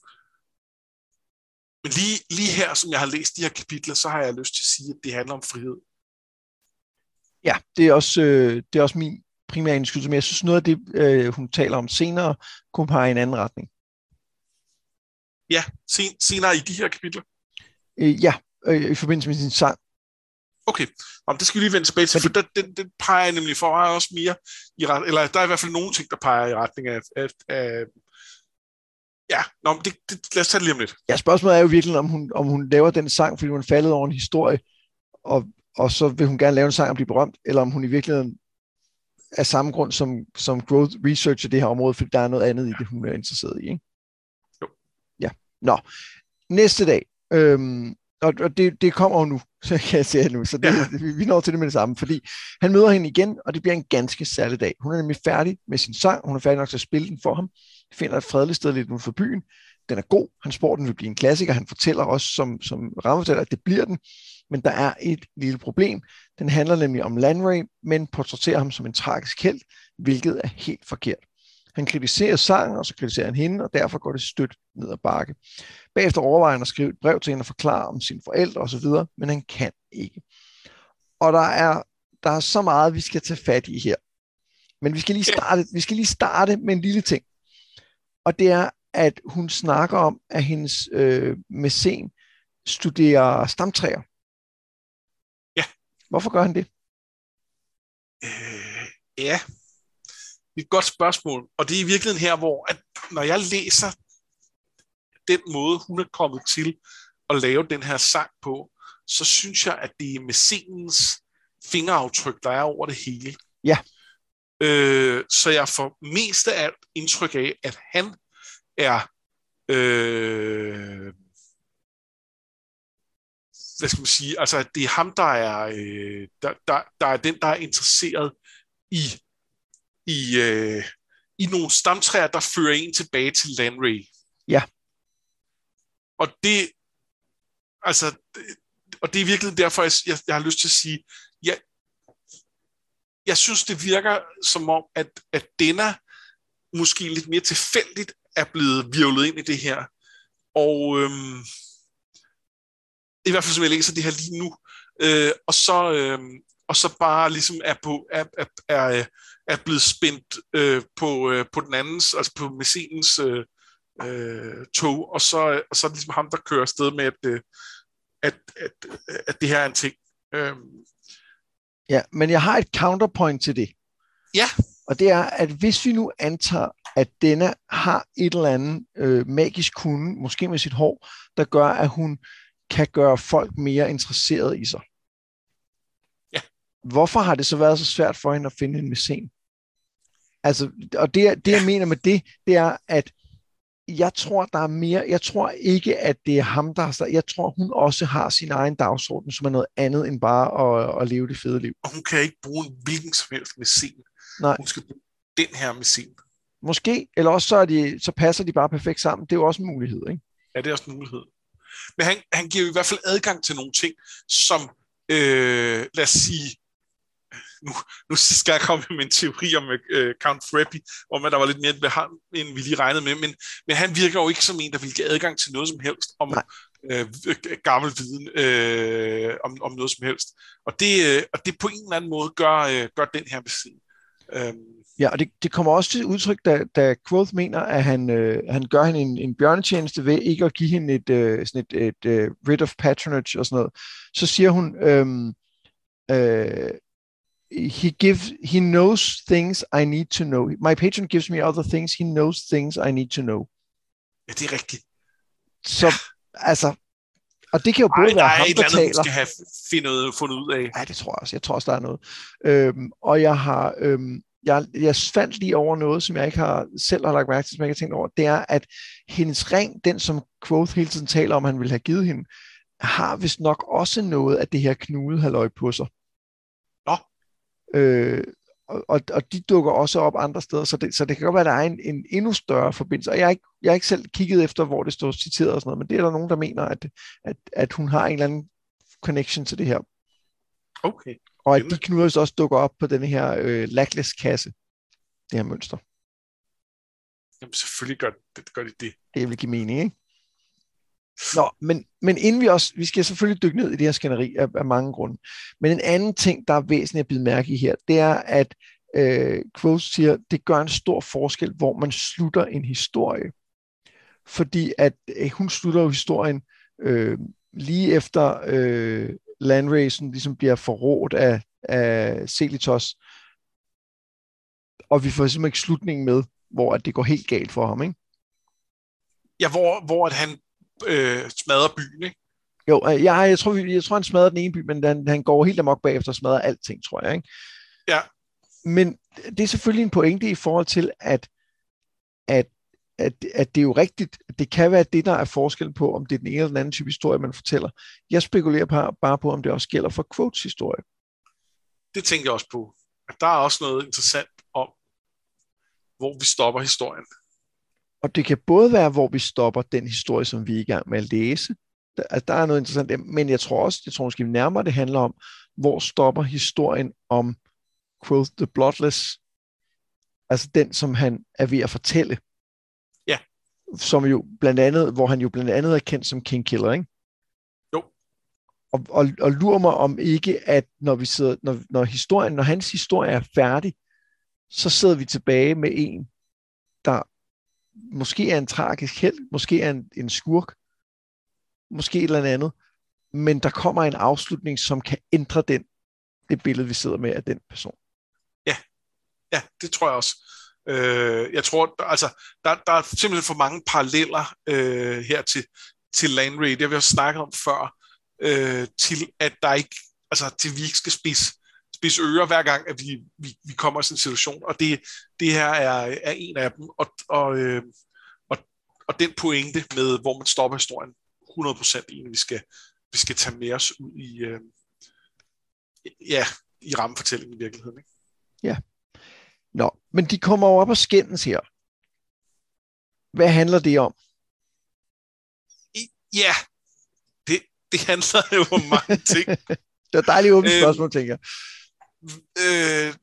S2: men lige, lige her, som jeg har læst de her kapitler, så har jeg lyst til at sige, at det handler om frihed.
S1: Ja, det er også, øh, det er også min primære indskydelse, men jeg synes noget af det, øh, hun taler om senere, kunne pege i en anden retning.
S2: Ja, sen, senere i de her kapitler?
S1: Øh, ja, øh, i forbindelse med sin sang.
S2: Okay, om det skal vi lige vende tilbage til, for det, det, det peger nemlig for mig også mere i ret, eller der er i hvert fald nogle ting, der peger i retning af, af, af ja, nå, det, det, lad os tage det lige om lidt.
S1: Ja, spørgsmålet er jo virkelig, om hun, om hun laver den sang, fordi hun er faldet over en historie, og, og så vil hun gerne lave en sang og blive berømt, eller om hun i virkeligheden af samme grund som, som growth researcher det her område, fordi der er noget andet i det, hun er interesseret i, ikke?
S2: Jo.
S1: Ja, nå. Næste dag, øhm, og, og det, det kommer jo nu, så kan jeg se nu, så det, ja. vi, vi når til det med det samme, fordi han møder hende igen, og det bliver en ganske særlig dag. Hun er nemlig færdig med sin sang, hun er færdig nok til at spille den for ham, finder et fredeligt sted lidt uden for byen, den er god, han spår, den vil blive en klassiker, han fortæller også som, som rammefortæller, at det bliver den, men der er et lille problem. Den handler nemlig om Lanray, men portrætterer ham som en tragisk helt, hvilket er helt forkert. Han kritiserer sangen, og så kritiserer han hende, og derfor går det stødt ned ad bakke. Bagefter overvejer han at skrive et brev til hende og forklare om sine forældre osv., men han kan ikke. Og der er, der er så meget, vi skal tage fat i her. Men vi skal lige starte, vi skal lige starte med en lille ting. Og det er, at hun snakker om, at hendes øh, mæcen studerer stamtræer.
S2: Ja.
S1: Hvorfor gør han det?
S2: Øh, ja, det er et godt spørgsmål. Og det er i virkeligheden her, hvor at når jeg læser den måde, hun er kommet til at lave den her sang på, så synes jeg, at det er mæcenens fingeraftryk, der er over det hele.
S1: Ja.
S2: Øh, så jeg får mest af alt indtryk af, at han er øh, hvad skal man sige, altså at det er ham, der er øh, der, der, der er den, der er interesseret i i, øh, i nogle stamtræer, der fører en tilbage til Lanray.
S1: Ja.
S2: Og det altså og det er virkelig derfor, jeg, jeg, jeg har lyst til at sige, jeg, jeg synes, det virker som om, at, at denne måske lidt mere tilfældigt er blevet virvlet ind i det her. Og øhm, i hvert fald som jeg læser det her lige nu, øh, og, så, øh, og så bare ligesom er, på, er, er, er, er blevet spændt øh, på, øh, på den andens, altså på mæcenens øh, øh, tog, og så, og så er det ligesom ham, der kører afsted med, at, øh, at, at, at det her er en ting. Øh.
S1: Ja, men jeg har et counterpoint til det.
S2: Ja.
S1: Og det er, at hvis vi nu antager, at denne har et eller andet øh, magisk kunde, måske med sit hår, der gør, at hun kan gøre folk mere interesseret i sig.
S2: Ja.
S1: Hvorfor har det så været så svært for hende at finde en mæcen? Altså, og det, det jeg mener med det, det er, at jeg tror, der er mere, jeg tror ikke, at det er ham, der har, jeg tror, hun også har sin egen dagsorden, som er noget andet end bare at, at leve det fede liv.
S2: Og hun kan ikke bruge en hvilken som helst mæcen.
S1: Nej.
S2: Hun skal bruge den her mæcen.
S1: Måske, eller også så, er de, så passer de bare perfekt sammen. Det er jo også en mulighed, ikke?
S2: Ja, det er også en mulighed. Men han, han giver jo i hvert fald adgang til nogle ting, som, øh, lad os sige, nu, nu skal jeg komme med en teori om øh, Count Freppy, om at der var lidt mere behand, end vi lige regnede med, men, men han virker jo ikke som en, der vil give adgang til noget som helst om øh, gammel viden øh, om, om noget som helst. Og det, øh, og det på en eller anden måde gør, øh, gør den her mæcen. Øh,
S1: Ja, og det, det kommer også til udtryk, da, da Quoth mener, at han, øh, han gør hende en, en bjørnetjeneste ved ikke at give hende et, øh, sådan et, et, et uh, writ of patronage og sådan noget. Så siger hun, øhm, øh, he gives, he knows things I need to know. My patron gives me other things. He knows things I need to know.
S2: Ja, det er rigtigt.
S1: Så, altså, og det kan jo
S2: Ej,
S1: både være ham,
S2: der
S1: der
S2: andet,
S1: taler.
S2: skal have fundet, fundet ud af.
S1: Ja, det tror jeg også. Jeg tror også, der er noget. Øhm, og jeg har, øhm, jeg, jeg faldt lige over noget, som jeg ikke har selv har lagt mærke til, som jeg ikke har tænkt over. Det er, at hendes ring, den som Quoth hele tiden taler om, han ville have givet hende, har vist nok også noget af det her knude halløj på sig.
S2: Nå.
S1: Øh, og, og, og de dukker også op andre steder, så det, så det kan godt være, at der er en, en endnu større forbindelse. Og jeg har, ikke, jeg har ikke selv kigget efter, hvor det står citeret og sådan noget, men det er der nogen, der mener, at, at, at hun har en eller anden connection til det her.
S2: Okay.
S1: Og at de knuder så også dukker op på den her øh, lackless-kasse, det her mønster.
S2: Jamen selvfølgelig gør det, gør det det.
S1: Det vil give mening, ikke? Nå, men, men inden vi også, vi skal selvfølgelig dykke ned i det her skænderi af, af mange grunde. Men en anden ting, der er væsentligt at bide mærke i her, det er, at øh, Quoth siger, det gør en stor forskel, hvor man slutter en historie. Fordi at øh, hun slutter jo historien øh, lige efter øh, Landracen ligesom bliver forrådt af, af Celitos. Og vi får simpelthen ikke slutningen med, hvor at det går helt galt for ham, ikke?
S2: Ja, hvor, hvor at han øh, smadrer byen, ikke?
S1: Jo, jeg, jeg, tror, jeg tror, han smadrer den ene by, men han, han går helt amok bagefter og smadrer alting, tror jeg, ikke?
S2: Ja.
S1: Men det er selvfølgelig en pointe i forhold til, at, at, at, at det er jo rigtigt, det kan være det, der er forskel på, om det er den ene eller den anden type historie, man fortæller. Jeg spekulerer bare, bare på, om det også gælder for Quoths historie.
S2: Det tænker jeg også på. At der er også noget interessant om, hvor vi stopper historien.
S1: Og det kan både være, hvor vi stopper den historie, som vi er i gang med at læse. Der, altså, der er noget interessant, men jeg tror også, jeg tror måske nærmere, det handler om, hvor stopper historien om Quoth the Bloodless, altså den, som han er ved at fortælle.
S2: Ja.
S1: Som jo blandt andet, hvor han jo blandt andet er kendt som King Killer, ikke?
S2: Jo.
S1: Og, og, og lurer mig om ikke, at når vi sidder, når, når historien, når hans historie er færdig, så sidder vi tilbage med en, der måske er en tragisk held, måske er en, en skurk, måske et eller andet, men der kommer en afslutning, som kan ændre den, det billede, vi sidder med af den person.
S2: Ja, ja, det tror jeg også. Øh, jeg tror, altså, der, der er simpelthen for mange paralleller øh, her til, til Landrace, det har vi også snakket om før, øh, til at der ikke, altså til vi ikke skal spise, spise ører hver gang, at vi, vi, vi kommer i sådan en situation, og det, det her er, er en af dem, og, og, øh, og, og den pointe med, hvor man stopper historien, hundrede procent enig, vi skal, vi skal tage med os ud i, øh, ja, i rammefortællingen i virkeligheden, ikke?
S1: Ja. Nå, men de kommer jo op og skændes her. Hvad handler det om?
S2: I, ja, det, det handler jo om mange ting.
S1: Det er dejligt åbent spørgsmål, øh, tænker jeg.
S2: Øh,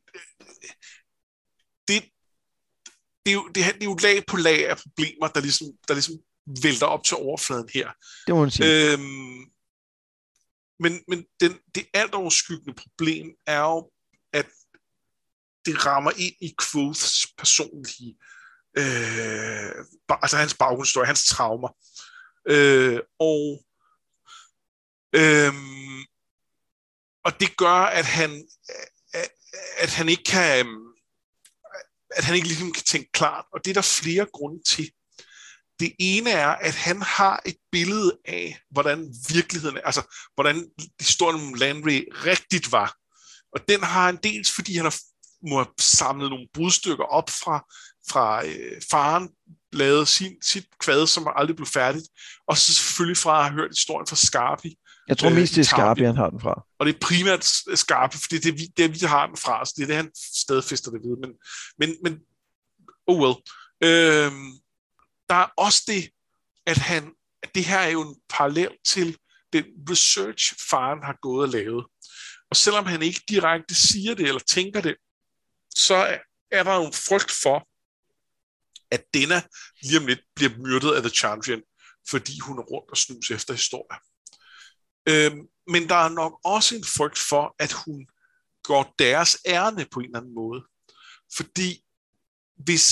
S2: det, det, er jo, det, det er jo lag på lag af problemer, der ligesom, der ligesom vælter op til overfladen her.
S1: Det må man sige.
S2: Øhm, men men den, det alt overskyggende problem er jo, at det rammer ind i Quoths personlige, øh, altså hans baggrundshistorie, hans traumer. Øh, og, øh, og det gør, at han, at, at han ikke kan, at han ikke ligesom kan tænke klart, og det er der flere grunde til. Det ene er, at han har et billede af, hvordan virkeligheden er, altså hvordan historien om Landrace rigtigt var. Og den har han dels, fordi han har, må have samlet nogle brudstykker op fra, fra øh, faren, lavet sin, sit kvad, som aldrig blev færdigt, og så selvfølgelig fra at have hørt historien fra Scarpi.
S1: Jeg tror mest, det er Scarpi, han har den fra.
S2: Og det er primært Scarpi, fordi det er det, det, vi har den fra, så det er det, han stedfæster det ved. Men, men, men oh well. Øhm, Der er også det, at, han, at det her er jo en parallel til den research, faren har gået og lavet. Og selvom han ikke direkte siger det eller tænker det, så er der jo en frygt for, at Denna lige om lidt bliver myrdet af The Chandrian, fordi hun er rundt og snus efter historie. Øhm, men der er nok også en frygt for, at hun går deres ærne på en eller anden måde. Fordi hvis...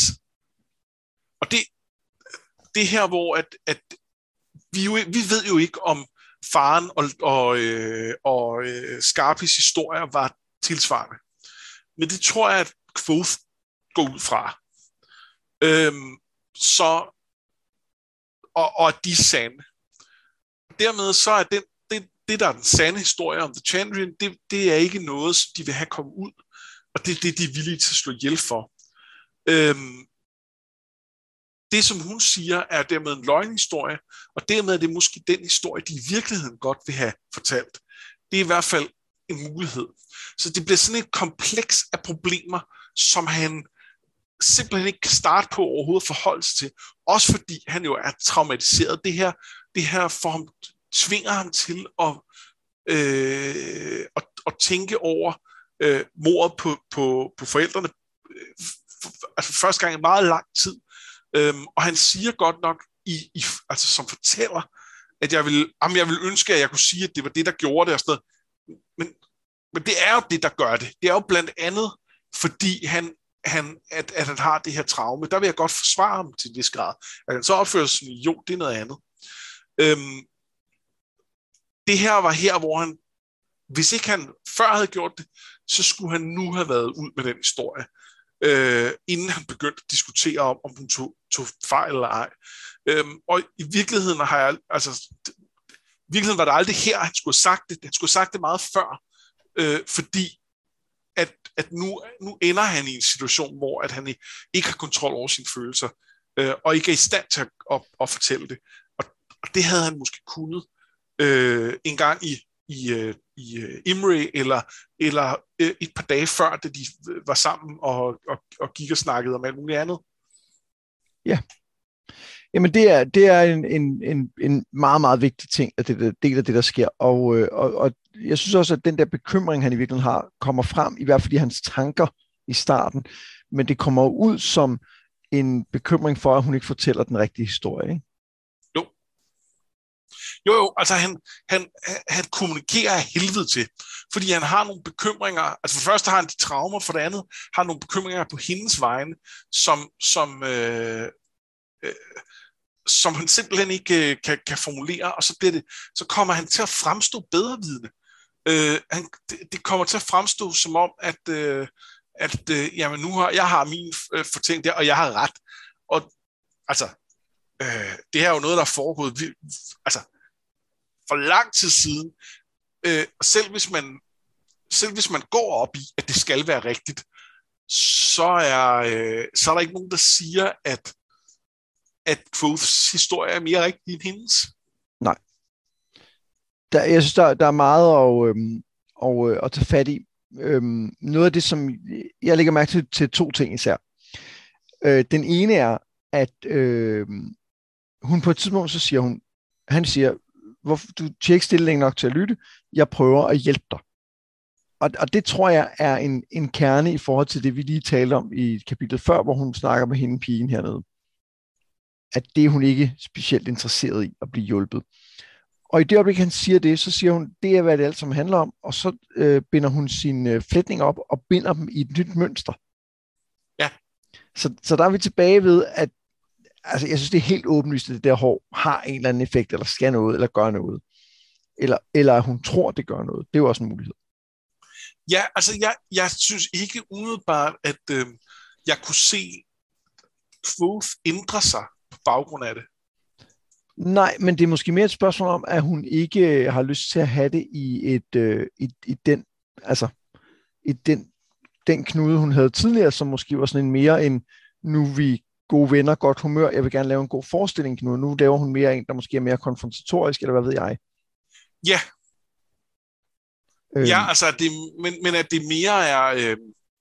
S2: Og det, det her, hvor at, at vi, jo, vi ved jo ikke, om faren og, og, øh, og øh, Scarpis historier var tilsvarende. Men det tror jeg, at Kvothe går ud fra. Øhm, så, og, og at de er sande. Dermed så er den, det, det, der er den sande historie om The Chandrian, det, det er ikke noget, som de vil have kommet ud. Og det er det, de er villige til at slå ihjel for. Øhm, det, som hun siger, er dermed en løgnhistorie, og dermed er det måske den historie, de i virkeligheden godt vil have fortalt. Det er i hvert fald en mulighed. Så det bliver sådan et kompleks af problemer, som han simpelthen ikke kan starte på overhovedet at forholde sig til. Også fordi han jo er traumatiseret. Det her, det her for ham, tvinger ham til at, øh, at, at tænke over øh, mordet på, på, på forældrene. For, altså første gang i meget lang tid. Øhm, og han siger godt nok, i, i, altså som fortæller, at jeg vil, jamen jeg vil ønske, at jeg kunne sige, at det var det, der gjorde det. Og sådan noget. Men, men det er jo det, der gør det. Det er jo blandt andet, fordi han, han, at, at han har det her traume. Der vil jeg godt forsvare ham til en vis grad. At han så opfører sig som jo, det er noget andet. Øhm, det her var her, hvor han, hvis ikke han før havde gjort det, så skulle han nu have været ud med den historie. Øh, inden han begyndte at diskutere om, om hun tog, tog fejl eller ej. Øhm, og i virkeligheden har jeg, altså, i virkeligheden var det aldrig her, han skulle have sagt det. Han skulle have sagt det meget før, øh, fordi at, at nu, nu ender han i en situation, hvor at han ikke har kontrol over sine følelser, øh, og ikke er i stand til at, at, at fortælle det. Og, og det havde han måske kunnet øh, en gang i i, i uh, Imre, eller, eller uh, et par dage før, da de var sammen og, og, og gik og snakkede om alt muligt andet.
S1: Ja. Jamen det er, det er en, en, en, en meget, meget vigtig ting, at det er del af det, der sker. Og, og, og jeg synes også, at den der bekymring, han i virkeligheden har, kommer frem, i hvert fald i hans tanker i starten, men det kommer ud som en bekymring for, at hun ikke fortæller den rigtige historie, ikke?
S2: Jo, jo, altså han, han, han kommunikerer af helvede til, fordi han har nogle bekymringer, altså for det første har han de traumer, for det andet har han nogle bekymringer på hendes vegne, som, som, øh, øh, som han simpelthen ikke øh, kan, kan formulere, og så, bliver det, så kommer han til at fremstå bedrevidende. Øh, han, det, det kommer til at fremstå som om, at, øh, at øh, jamen nu har, jeg har min øh, fortælling der, og jeg har ret. Og altså, øh, det her er jo noget, der er foregået, altså, for lang tid siden, øh, selv, hvis man, selv hvis man går op i, at det skal være rigtigt, så er, øh, så er der ikke nogen, der siger, at, at Kvothes historie er mere rigtig end hendes.
S1: Nej. Der, jeg synes, der, der er meget at, øhm, og, øh, at tage fat i. Øhm, noget af det, som jeg lægger mærke til, til to ting især. Øh, den ene er, at øh, hun på et tidspunkt, så siger hun, han siger, hvorfor du er ikke stille længe nok til at lytte, jeg prøver at hjælpe dig. Og, og det tror jeg er en, en kerne i forhold til det, vi lige talte om i kapitlet før, hvor hun snakker med hende pigen hernede. At det er hun ikke specielt interesseret i at blive hjulpet. Og i det øjeblik, han siger det, så siger hun, det er, hvad det alt sammen handler om, og så øh, binder hun sine øh, flætninger op og binder dem i et nyt mønster.
S2: Ja.
S1: Så, så der er vi tilbage ved, at altså, jeg synes, det er helt åbenlyst, at det der hår har en eller anden effekt, eller skal noget, eller gør noget. Eller, eller at hun tror, det gør noget. Det er jo også en mulighed.
S2: Ja, altså, jeg, jeg synes ikke umiddelbart, at øh, jeg kunne se Kvothe ændre sig på baggrund af det.
S1: Nej, men det er måske mere et spørgsmål om, at hun ikke har lyst til at have det i et øh, i, i den altså i den den knude hun havde tidligere, som måske var sådan en mere en nu er vi gode venner, godt humør, jeg vil gerne lave en god forestilling knude. Nu laver hun mere en, der måske er mere konfrontatorisk, eller hvad ved jeg.
S2: Ja.
S1: Øhm.
S2: Ja, altså det, men men at det mere er øh,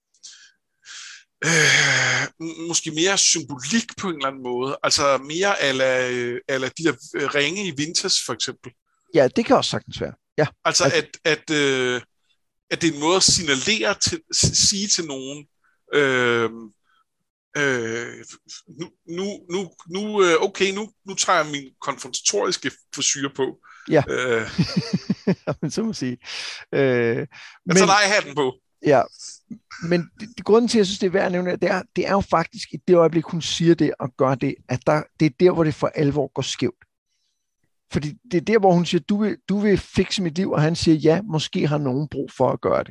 S2: øh, måske mere symbolik på en eller anden måde. Altså mere ala, ala de der ringe i Vintas for eksempel.
S1: Ja, det kan også sagtens være. Ja.
S2: Altså, altså at, at, øh, at det er en måde at signalere til, sige til nogen, øh, øh, nu, nu, nu, nu, okay, nu, nu tager jeg min konfrontatoriske frisyre på.
S1: Ja,
S2: øh,
S1: men så må sige. Øh,
S2: men så leger jeg hatten på.
S1: Ja, Men det, det, grunden til, at jeg synes, det er værd at nævne, det er, det er jo faktisk i det øjeblik, hun siger det og gør det, at der, det er der, hvor det for alvor går skævt. Fordi det er der, hvor hun siger, du vil, du vil fikse mit liv, og han siger, ja, måske har nogen brug for at gøre det.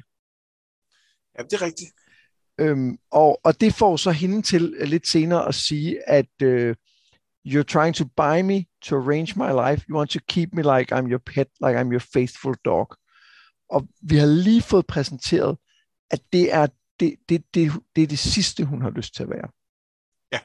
S2: Ja, det er rigtigt.
S1: Øhm, og, og det får så hende til lidt senere at sige, at uh, you're trying to buy me to arrange my life. You want to keep me like I'm your pet, like I'm your faithful dog. Og vi har lige fået præsenteret, at det er det, det, det, det er det sidste, hun har lyst til at være.
S2: Ja.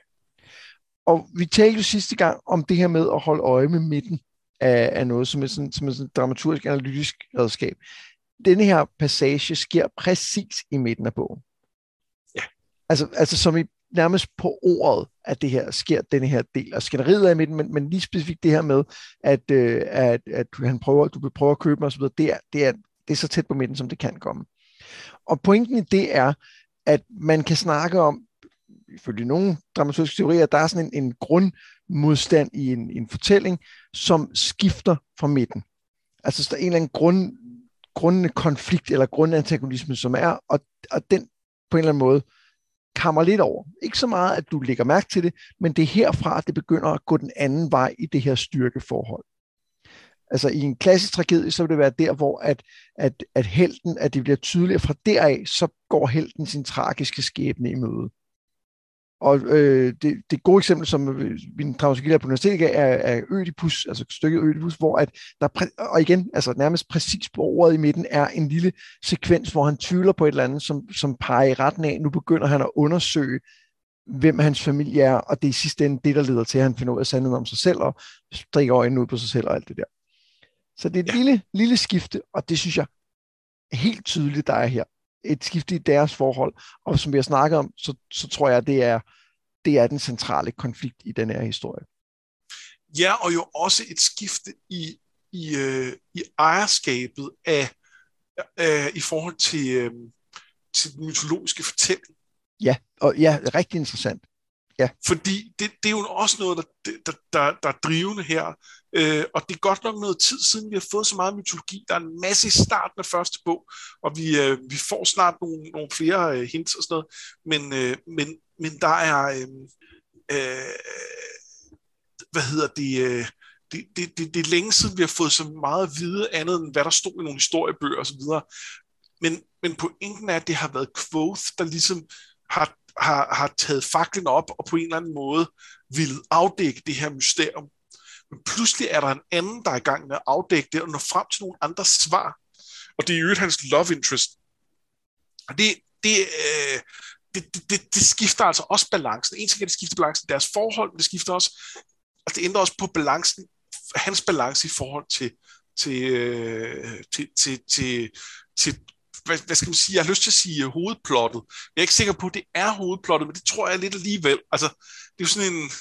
S1: Og vi talte jo sidste gang om det her med at holde øje med midten af, af noget, som er sådan, som er sådan et dramaturgisk, analytisk redskab. Denne her passage sker præcis i midten af bogen.
S2: Ja.
S1: Altså, altså som i nærmest på ordet, at det her sker, denne her del. Og skænderiet er i midten, men, men lige specifikt det her med, at, øh, at, at han prøver, du vil prøve at købe mig osv., det er, det, er, det er så tæt på midten, som det kan komme. Og pointen i det er, at man kan snakke om, ifølge nogle dramaturgiske teorier, der er sådan en, en grundmodstand i en, en fortælling, som skifter fra midten. Altså der er en eller anden grund, grundende konflikt eller grundantagonisme, som er, og, og den på en eller anden måde kammer lidt over. Ikke så meget, at du lægger mærke til det, men det er herfra, at det begynder at gå den anden vej i det her styrkeforhold. Altså i en klassisk tragedie, så vil det være der, hvor at, at, at helten, at det bliver tydeligere fra deraf, så går helten sin tragiske skæbne i møde. Og øh, det, det gode eksempel, som min dramaturgi på universitetet er, er Ødipus, altså stykket Ødipus, hvor at der, og igen, altså nærmest præcis på ordet i midten, er en lille sekvens, hvor han tvivler på et eller andet, som, som peger i retten af, nu begynder han at undersøge, hvem hans familie er, og det er i sidste ende det, der leder til, at han finder ud af sandheden om sig selv, og strikker øjnene ud på sig selv og alt det der. Så det er et ja. lille, lille skifte, og det synes jeg helt tydeligt, der er her. Et skifte i deres forhold, og som vi har snakket om, så, så tror jeg, det er, det er den centrale konflikt i den her historie.
S2: Ja, og jo også et skifte i, i, øh, i ejerskabet af, øh, i forhold til, øh, til den mytologiske fortælling.
S1: Ja, og ja, rigtig interessant. Ja.
S2: Fordi det, det er jo også noget, der, der, der, der er drivende her. Øh, og det er godt nok noget tid siden, vi har fået så meget mytologi. Der er en masse i starten af første bog, og vi, øh, vi får snart nogle, nogle flere øh, hints og sådan noget. Men, øh, men, men der er... Øh, øh, hvad hedder det... Øh, det, det, det, det er længe siden, vi har fået så meget at vide andet, end hvad der stod i nogle historiebøger og så videre. Men, men pointen er, at det har været Kvothe, der ligesom har Har, har taget faklen op og på en eller anden måde ville afdække det her mysterium. Men pludselig er der en anden, der er i gang med at afdække det og nå frem til nogle andre svar. Og det er jo hans love interest. Og det, det, øh, det, det, det, det skifter altså også balancen. En ting er, det skifter balancen i deres forhold, men det skifter også, og det ændrer også på balancen, hans balance i forhold til, til, øh, til, til, til, til Hvad, hvad skal man sige? Jeg har lyst til at sige hovedplottet. Jeg er ikke sikker på, at det er hovedplottet, men det tror jeg lidt alligevel. Altså, det er jo sådan en...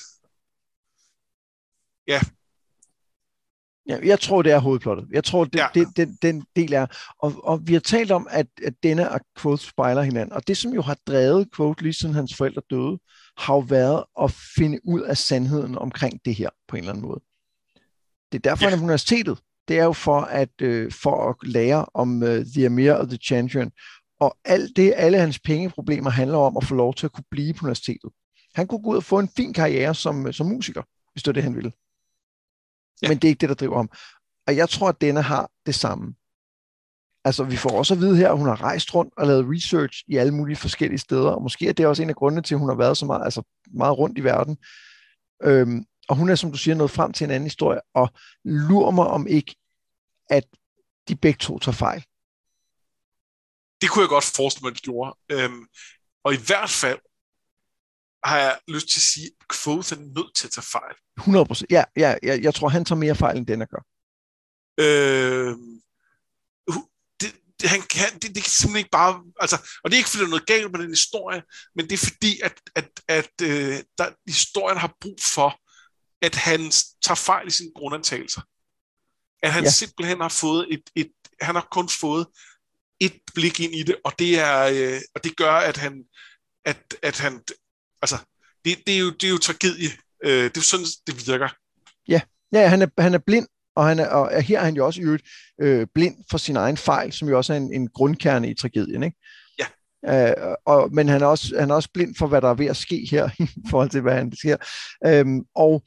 S2: Ja.
S1: Ja, jeg tror, det er hovedplottet. Jeg tror, det,
S2: ja.
S1: det, den, den del er... Og, og vi har talt om, at, at denne og Kvothe spejler hinanden. Og det, som jo har drevet Kvothe, lige siden hans forældre døde, har jo været at finde ud af sandheden omkring det her, på en eller anden måde. Det er derfor, ja. han er på universitetet. Det er jo for at, øh, for at lære om øh, The Emir og The Chandrian. Og alt det, alle hans pengeproblemer handler om at få lov til at kunne blive på universitetet. Han kunne gå ud og få en fin karriere som, som musiker, hvis det var det, han ville. Ja. Men det er ikke det, der driver ham. Og jeg tror, at denne har det samme. Altså, vi får også at vide her, at hun har rejst rundt og lavet research i alle mulige forskellige steder. Og måske er det også en af grundene til, at hun har været så meget, altså meget rundt i verden. Øhm, Og hun er, som du siger, nået frem til en anden historie, og lurer mig om ikke, at de begge to tager fejl.
S2: Det kunne jeg godt forestille mig, at de gjorde. Øhm, og i hvert fald har jeg lyst til at sige, at Kvothe er nødt til at tage fejl.
S1: hundrede procent. Ja, ja, jeg, jeg tror, han tager mere fejl, end den, der gør.
S2: Øhm, det, det, han kan, det, det er simpelthen ikke bare... Altså, og det er ikke, fordi der er noget galt med den historie, men det er fordi, at, at, at øh, der, historien har brug for, at han tager fejl i sine grundantagelser. At han ja. simpelthen har fået et, et, han har kun fået et blik ind i det, og det er, øh, og det gør, at han, at, at han, altså, det, det er jo, det er jo tragedie. Øh, det er jo sådan, det virker.
S1: Ja, ja han, er, han er blind, og, han er, og her er han jo også i øvrigt øh, blind for sin egen fejl, som jo også er en, en grundkerne i tragedien, ikke?
S2: Ja.
S1: Øh, og, men han er, også, han er også blind for, hvad der er ved at ske her, i forhold til, hvad han sker. Øhm, og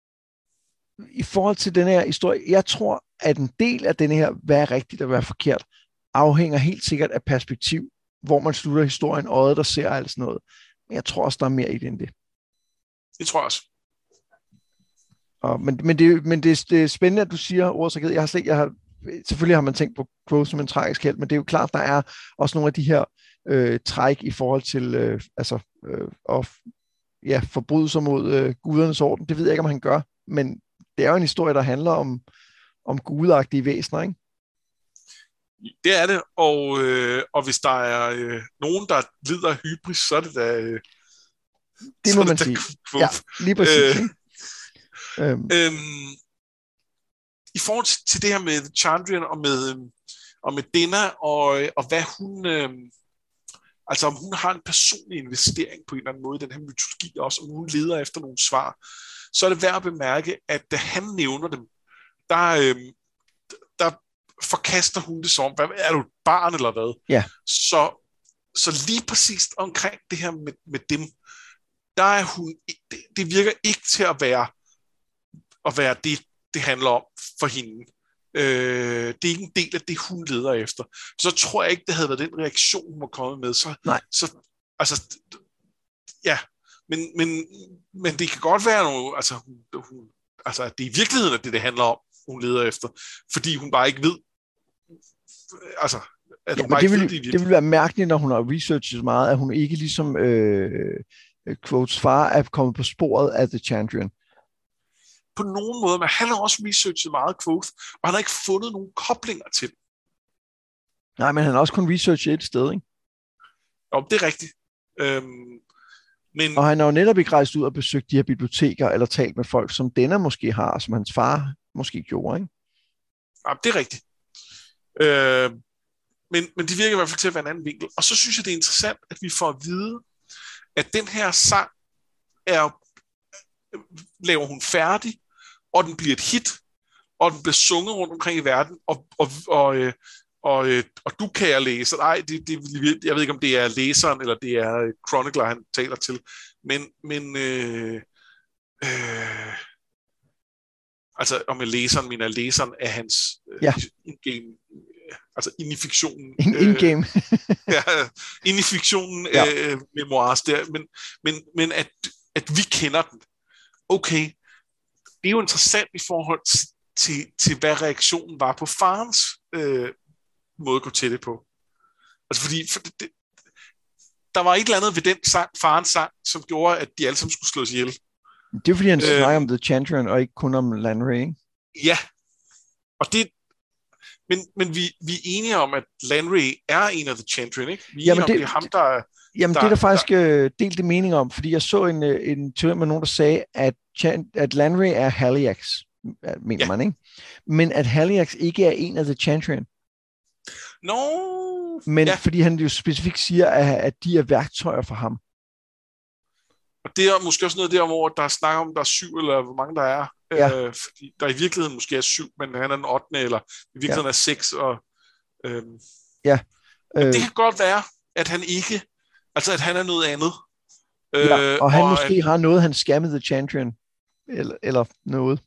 S1: i forhold til den her historie, jeg tror, at en del af den her, hvad er rigtigt og hvad er forkert, afhænger helt sikkert af perspektiv, hvor man slutter historien, øjet, der ser alt sådan noget. Men jeg tror også, der er mere i det end det.
S2: Det tror jeg også.
S1: Og, men men, det, men det, det er spændende, at du siger ordet så jeg har slet, jeg har, selvfølgelig har man tænkt på Quoth som en tragisk held, men det er jo klart, der er også nogle af de her øh, træk i forhold til øh, altså, øh, at ja, forbrydelser mod øh, gudernes orden. Det ved jeg ikke, om han gør, men det er jo en historie, der handler om, om gudagtige væsener, ikke?
S2: Det er det, og, øh, og hvis der er øh, nogen, der lider af hybris, så er det da øh,
S1: det må man sige. Ja, lige præcis. Øh,
S2: øhm. Øhm, I forhold til, til det her med Chandrian og med, øh, og med Denna, og, og hvad hun... Øh, altså om hun har en personlig investering på en eller anden måde i den her mytologi også, om hun leder efter nogle svar, så er det værd at bemærke, at da han nævner dem, der, øh, der forkaster hun det som, hvad, er du et barn eller hvad?
S1: Ja.
S2: Så, så lige præcis omkring det her med, med dem, der er hun, det, det virker ikke til at være, at være det, det handler om for hende. Øh, det er ikke en del af det, hun leder efter. Så tror jeg ikke, det havde været den reaktion, hun var kommet med. Så,
S1: Nej.
S2: Så, altså, ja, men, men, men det kan godt være noget, altså, hun, hun, altså, at det i virkeligheden er det, det handler om, hun leder efter, fordi hun bare ikke ved, altså, at
S1: ja,
S2: hun bare
S1: det
S2: ikke
S1: vil,
S2: ved det i
S1: det vil være mærkeligt, når hun har researchet så meget, at hun ikke ligesom øh, Quoths far er kommet på sporet af The Chandrian.
S2: På nogen måde, men han har også researchet meget Quoth, og han har ikke fundet nogen koblinger til.
S1: Nej, men han har også kun researchet et sted, ikke?
S2: Jo, det er rigtigt. Øhm, men...
S1: Og han har jo netop ikke rejst ud og besøgt de her biblioteker, eller talt med folk, som Denna måske har, som hans far måske gjorde, ikke?
S2: Ja, det er rigtigt. Øh, men, men det virker i hvert fald til at være en anden vinkel. Og så synes jeg, det er interessant, at vi får at vide, at den her sang er, laver hun færdig, og den bliver et hit, og den bliver sunget rundt omkring i verden, og, og, og, og, og, og du kan jeg læse. Nej, det, det, jeg ved ikke, om det er læseren, eller det er chronicler, han taler til. Men, men øh, øh, altså, om jeg læseren, mener læseren af hans
S1: ja.
S2: øh, in-game, altså ind i fiktionen.
S1: In, in-game.
S2: øh, ja, ind i fiktionen ja. øh, memoirs der. Men, men, men at, at vi kender den. Okay, det er jo interessant i forhold til, til, til hvad reaktionen var på farens øh, måde at gå til det på. Altså fordi, for det, det, der var et eller andet ved den sang, farens sang, som gjorde, at de alle sammen skulle slås ihjel.
S1: Det er fordi, han øh, snakker om The Chandrian, og ikke kun om Lanray, ikke?
S2: Ja, og det, men, men vi, vi er enige om, at Lanray er en af The Chandrian, ikke? Vi er
S1: jamen
S2: enige
S1: det,
S2: om, det er ham, der er...
S1: Jamen der, det er der faktisk der... delte mening om, fordi jeg så en, en teori med nogen, der sagde, at, at Lanray er Haliax, mener ja. man, ikke? Men at Haliax ikke er en af The Chandrian.
S2: No.
S1: Men
S2: ja.
S1: fordi han jo specifikt siger, at, at de er værktøjer for ham.
S2: Og det er måske også noget der, hvor der er snak om, der er syv, eller hvor mange der er.
S1: Ja.
S2: Øh, fordi der i virkeligheden måske er syv, men han er den ottende, eller i virkeligheden ja. er seks. Og, øh,
S1: ja.
S2: Øh, det kan godt være, at han ikke, altså at han er noget andet.
S1: Ja, og han
S2: og
S1: måske
S2: at,
S1: har noget, han skammede The Chandrian, eller, eller noget.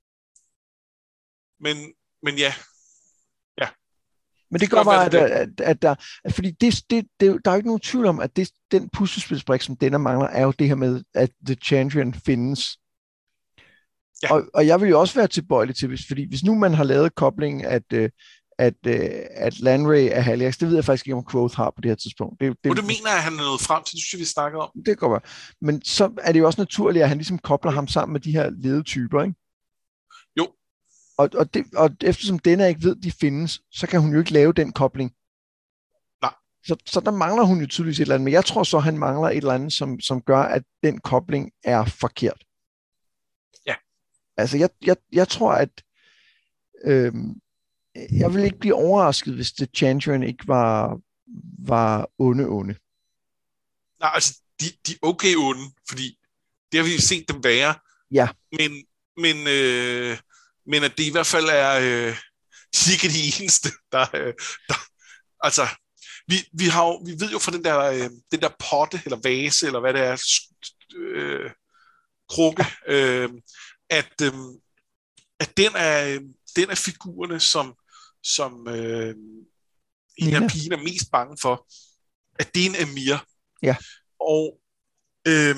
S2: Men, men ja. Ja.
S1: Men det gør bare, at, at, at der, at fordi det, det, det, der er jo ikke nogen tvivl om, at det, den puslespilsbrik, som denne mangler, er jo det her med, at The Chandrian findes. Ja. Og, og jeg vil jo også være tilbøjelig til, hvis, fordi hvis nu man har lavet koblingen, at, at, at Lanray er Haliax, det ved jeg faktisk ikke, om Quoth har på det her tidspunkt. Det, det,
S2: og det mener jeg, at han er nået frem til, det synes jeg, vi snakkede om.
S1: Det går bare. Men så er det jo også naturligt, at han ligesom kobler ham sammen med de her ledetyper, ikke?
S2: Jo.
S1: Og, og, det, og eftersom denne ikke ved, de findes, så kan hun jo ikke lave den kobling.
S2: Nej.
S1: Så, så der mangler hun jo tydeligvis et eller andet, men jeg tror så, han mangler et eller andet, som, som gør, at den kobling er forkert.
S2: Ja.
S1: Altså, jeg, jeg, jeg tror, at øhm, jeg vil ikke blive overrasket, hvis The Chandrian ikke var, var onde onde.
S2: Nej, altså, de, de er okay onde, fordi det har vi set dem være.
S1: Ja.
S2: Men, men, øh, men at det i hvert fald er øh, ikke de eneste, der, øh, der altså, vi, vi, har jo, vi ved jo fra den der, øh, den der potte, eller vase, eller hvad det er, øh, krukke, øh, at, øh, at den er, den er figurerne, som, som øh, en af pigen er mest bange for, at det er en Amir.
S1: Ja.
S2: Og øh,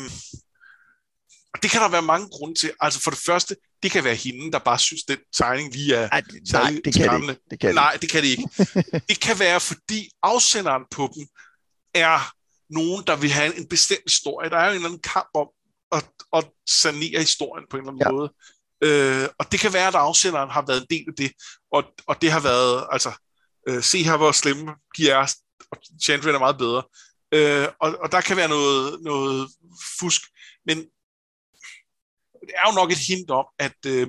S2: det kan der være mange grunde til. Altså for det første, det kan være hende, der bare synes, den tegning lige er
S1: Ej, nej, det kan det ikke. Det kan
S2: nej, det kan det ikke. Det kan være, fordi afsenderen på dem er nogen, der vil have en bestemt historie. Der er jo en eller anden kamp om at, at sanere historien på en eller anden ja. måde. Øh, og det kan være, at afsenderen har været en del af det, og, og det har været, altså, øh, se her, hvor slemme de er, og Chandra er meget bedre. Øh, og, og der kan være noget, noget fusk, men det er jo nok et hint om, at, øh,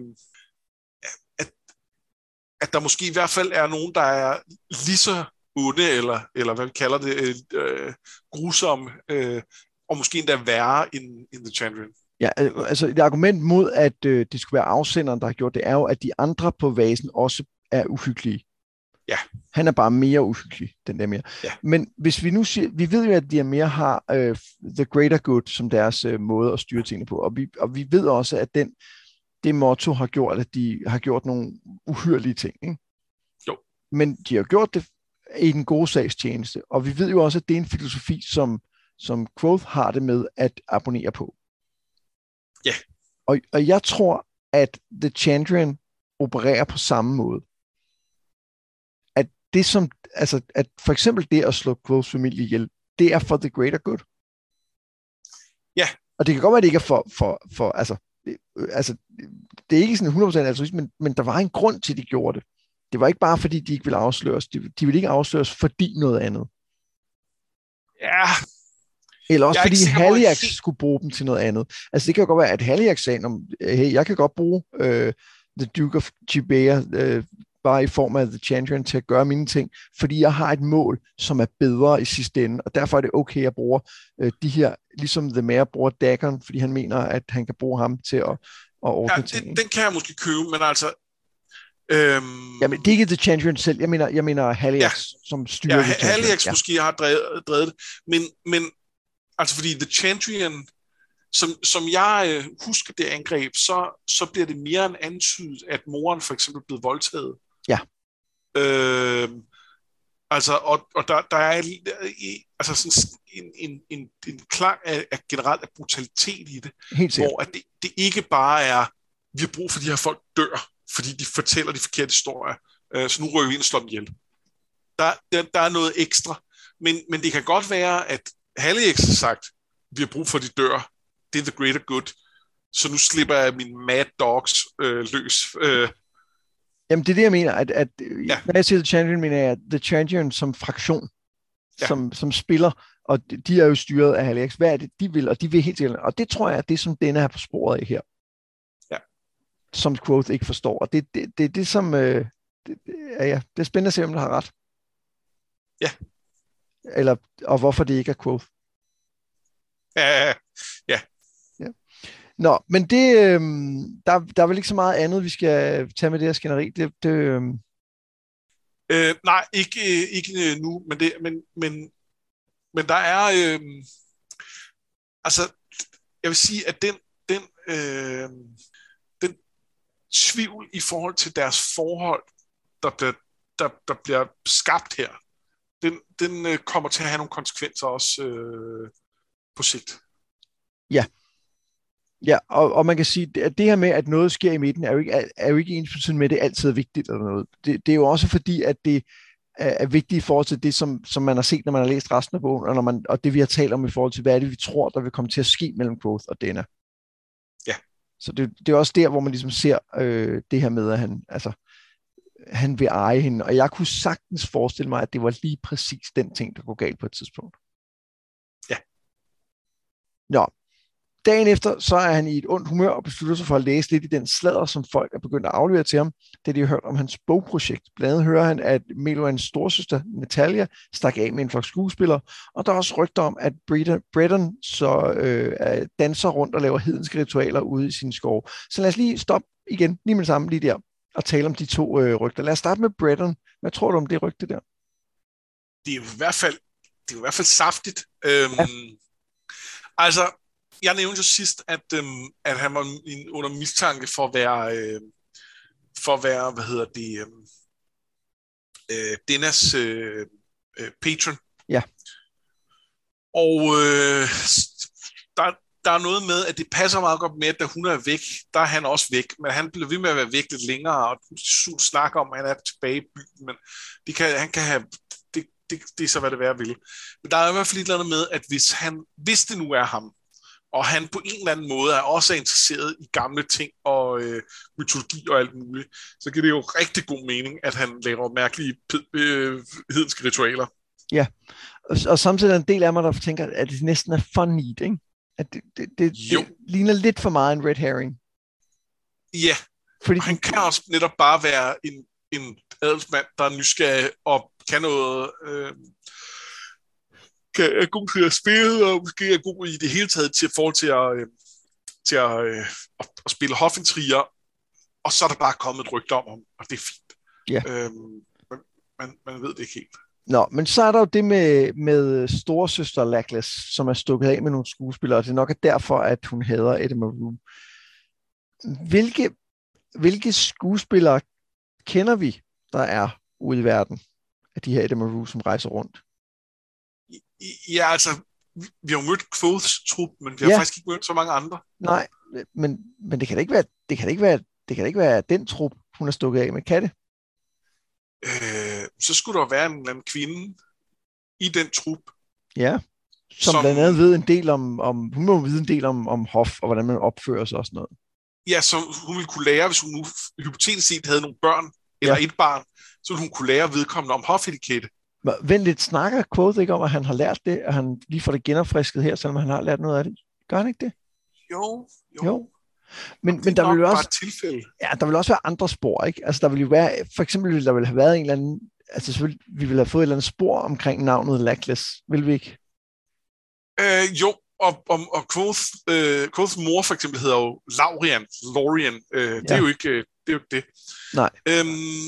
S2: at, at der måske i hvert fald er nogen, der er lige så onde, eller, eller hvad vi kalder det, øh, grusomme, øh, og måske endda værre end, end The Chandrian.
S1: Ja, altså et argument mod, at øh, det skulle være afsenderen, der har gjort det, er jo, at de andre på vasen også er uhyggelige.
S2: Ja.
S1: Han er bare mere uhyggelig, den der mere.
S2: Ja.
S1: Men hvis vi nu siger, vi ved jo, at de mere har øh, the greater good som deres øh, måde at styre tingene på, og vi, og vi ved også, at den, det motto har gjort, at de har gjort nogle uhyrlige ting. Ikke?
S2: Jo.
S1: Men de har gjort det i den gode sags tjeneste, og vi ved jo også, at det er en filosofi, som, som Kvothe har det med at abonnere på.
S2: Ja.
S1: Og, og jeg tror, at The Chandrian opererer på samme måde. At det som, altså, at for eksempel det at slå Kvothes familie ihjel, det er for the greater good.
S2: Ja.
S1: Og det kan godt være, at det ikke er for, for, for altså, det, altså, det er ikke sådan hundrede procent altruistisk, men, men der var en grund til, at de gjorde det. Det var ikke bare, fordi de ikke ville afsløres. De, de ville ikke afsløres, fordi noget andet.
S2: Ja.
S1: Eller også fordi
S2: sikker,
S1: Haliax
S2: helt...
S1: skulle bruge dem til noget andet. Altså det kan jo godt være, at Haliax sagde, hey, jeg kan godt bruge øh, The Duke of Gibea øh, bare i form af The Chandrian til at gøre mine ting, fordi jeg har et mål, som er bedre i sidste ende, og derfor er det okay, at jeg bruger øh, de her, ligesom The Mayor bruger Daggeren, fordi han mener, at han kan bruge ham til at, at ordne
S2: ja,
S1: ting.
S2: Den, den kan jeg måske købe, men altså... Øhm...
S1: Jamen, det er ikke The Chandrian selv, jeg mener, jeg mener Haliax, ja. som styrer
S2: ja,
S1: The Chandrian.
S2: Haliax ja. måske har drevet, drevet det, men, men altså fordi The Chandrian, som, som jeg øh, husker det angreb, så, så bliver det mere end antydet, at moren for eksempel blev voldtaget.
S1: Ja.
S2: Øh, altså, og, og der, der er altså sådan en, en, en, en klang af, af generelt af brutalitet i det,
S1: helt sikkert.
S2: hvor at det, det ikke bare er, vi har brug for de her folk dør, fordi de fortæller de forkerte historier, øh, så nu rører vi ind og slår dem ihjel. Der, der, der er noget ekstra, men, men det kan godt være, at Haliax har sagt, vi har brug for, at de dør. Det er the greater good. Så nu slipper jeg mine mad dogs øh, løs. Øh.
S1: Jamen, det er det, jeg mener. At, at,
S2: ja.
S1: Når jeg siger The Chandrian, mener jeg The Chandrian som fraktion,
S2: ja.
S1: som, som spiller, og de er jo styret af Haliax. Hvad er det, de vil? Og de vil helt sikkert. Og det tror jeg, at det som denne er på sporet af her.
S2: Ja.
S1: Som Kvothe ikke forstår. Og det er det, det, det, som... Øh, det, ja, ja, det er spændende at se, om der har ret.
S2: Ja.
S1: Eller, og hvorfor det ikke er Kvothe.
S2: Ja, ja, ja.
S1: ja. Nå, men det, øh, der, der er vel ikke så meget andet, vi skal tage med det her skænderi. Det, det, øh...
S2: Øh, nej, ikke, ikke nu, men, det, men, men, men der er, øh, altså, jeg vil sige, at den, den, øh, den tvivl i forhold til deres forhold, der bliver, der, der bliver skabt her, den, den øh, kommer til at have nogle konsekvenser også øh, på sigt.
S1: Ja. Ja, og, og man kan sige, at det her med, at noget sker i midten, er jo ikke, er jo ikke ensbetydende med, at det altid er vigtigt eller noget. Det, det er jo også fordi, at det er vigtigt i forhold til det, som, som man har set, når man har læst resten af bogen, og, når man, og det vi har talt om i forhold til, hvad er det, vi tror, der vil komme til at ske mellem Kvothe og Denna.
S2: Ja.
S1: Så det, det er også der, hvor man ligesom ser øh, det her med, at han, altså, han vil eje hende, og jeg kunne sagtens forestille mig, at det var lige præcis den ting, der går galt på et tidspunkt.
S2: Ja.
S1: Nå. Dagen efter, så er han i et ondt humør og beslutter sig for at læse lidt i den sladder, som folk er begyndt at aflevere til ham, da de har hørt om hans bogprojekt. Blandt andet hører han, at Meloans storsøster Natalia stak af med en flok skuespillere, og der er også rygter om, at Breton så øh, danser rundt og laver hedenske ritualer ude i sin skov. Så lad os lige stoppe igen, lige med det samme lige der, og tale om de to øh, rygter. Lad os starte med Breton. Hvad tror du om det rygte der?
S2: det er jo i hvert fald, det er i hvert fald saftigt. Øhm,
S1: Ja.
S2: Altså, jeg nævnte jo sidst, at, øhm, at han var under mistanke for at være, øh, for at være, hvad hedder det, øhm, øh, Dennas øh, øh, patron.
S1: Ja.
S2: Og øh, der, der er noget med, at det passer meget godt med, at da hun er væk, der er han også væk, men han bliver ved med at være væk lidt længere, og Sul snakker om, at han er tilbage i byen, men de kan, han kan have, det, det, det er så, hvad det være vil. Men der er i hvert fald et eller andet med, at hvis, han, hvis det nu er ham, og han på en eller anden måde er også interesseret i gamle ting og øh, mytologi og alt muligt, så giver det jo rigtig god mening, at han laver mærkelige øh, hedenske ritualer.
S1: Ja, og, og samtidig er en del af mig, der tænker, at det næsten er fun neat, ikke? At det, det, det, det ligner lidt for meget en red herring.
S2: Ja,
S1: fordi
S2: han kan også netop bare være en, en adelsmand, der er nysgerrig og kan noget... Øh, kan, er god til at spille, og måske er god i det hele taget til forhold til at, øh, til at, øh, at, at spille hofintriger, og så er der bare kommet et rygte om ham, og det er fint.
S1: Ja.
S2: Øhm, men man, man ved det ikke helt.
S1: Nå, men så er der jo det med, med storesøster Lackless, som er stukket af med nogle skuespillere, og det er nok derfor, at hun hader Edna Maroon. Hvilke, hvilke skuespillere kender vi, der er ude i verden, af de her Edna Maroon, som rejser rundt?
S2: Ja, altså, vi har jo mødt Quoths trup, men vi har ja. faktisk ikke mødt så mange andre.
S1: Nej, men, men det kan da ikke være, det kan da ikke være, det kan da ikke være den trup, hun er stukket af med, kan det?
S2: Øh, så skulle der være en eller anden kvinde i den trup.
S1: Ja, som, som blandt andet ved en del om, om hun må vide en del om, om hof, og hvordan man opfører sig og sådan noget.
S2: Ja, som hun ville kunne lære, hvis hun nu hypotetisk set havde nogle børn, eller ja. et barn, så ville hun kunne lære vedkommende om hofelikette.
S1: Vent lidt, snakker Quoth ikke om, at han har lært det, og han lige får det genopfrisket her, selvom han har lært noget af det? Gør han ikke det?
S2: Jo, jo.
S1: jo. Men, men der vil jo også ja, der vil også være andre spor, ikke? Altså der vil jo være, for eksempel vil der vil have været en eller anden, altså selvfølgelig, vi vil have fået et eller andet spor omkring navnet Lackless, vil vi ikke?
S2: Øh, jo, og, og, og Quoth, øh, Quoths mor for eksempel hedder jo Laurian, Lorien, øh, ja. det er jo ikke det. Er jo ikke det.
S1: Nej.
S2: Øhm,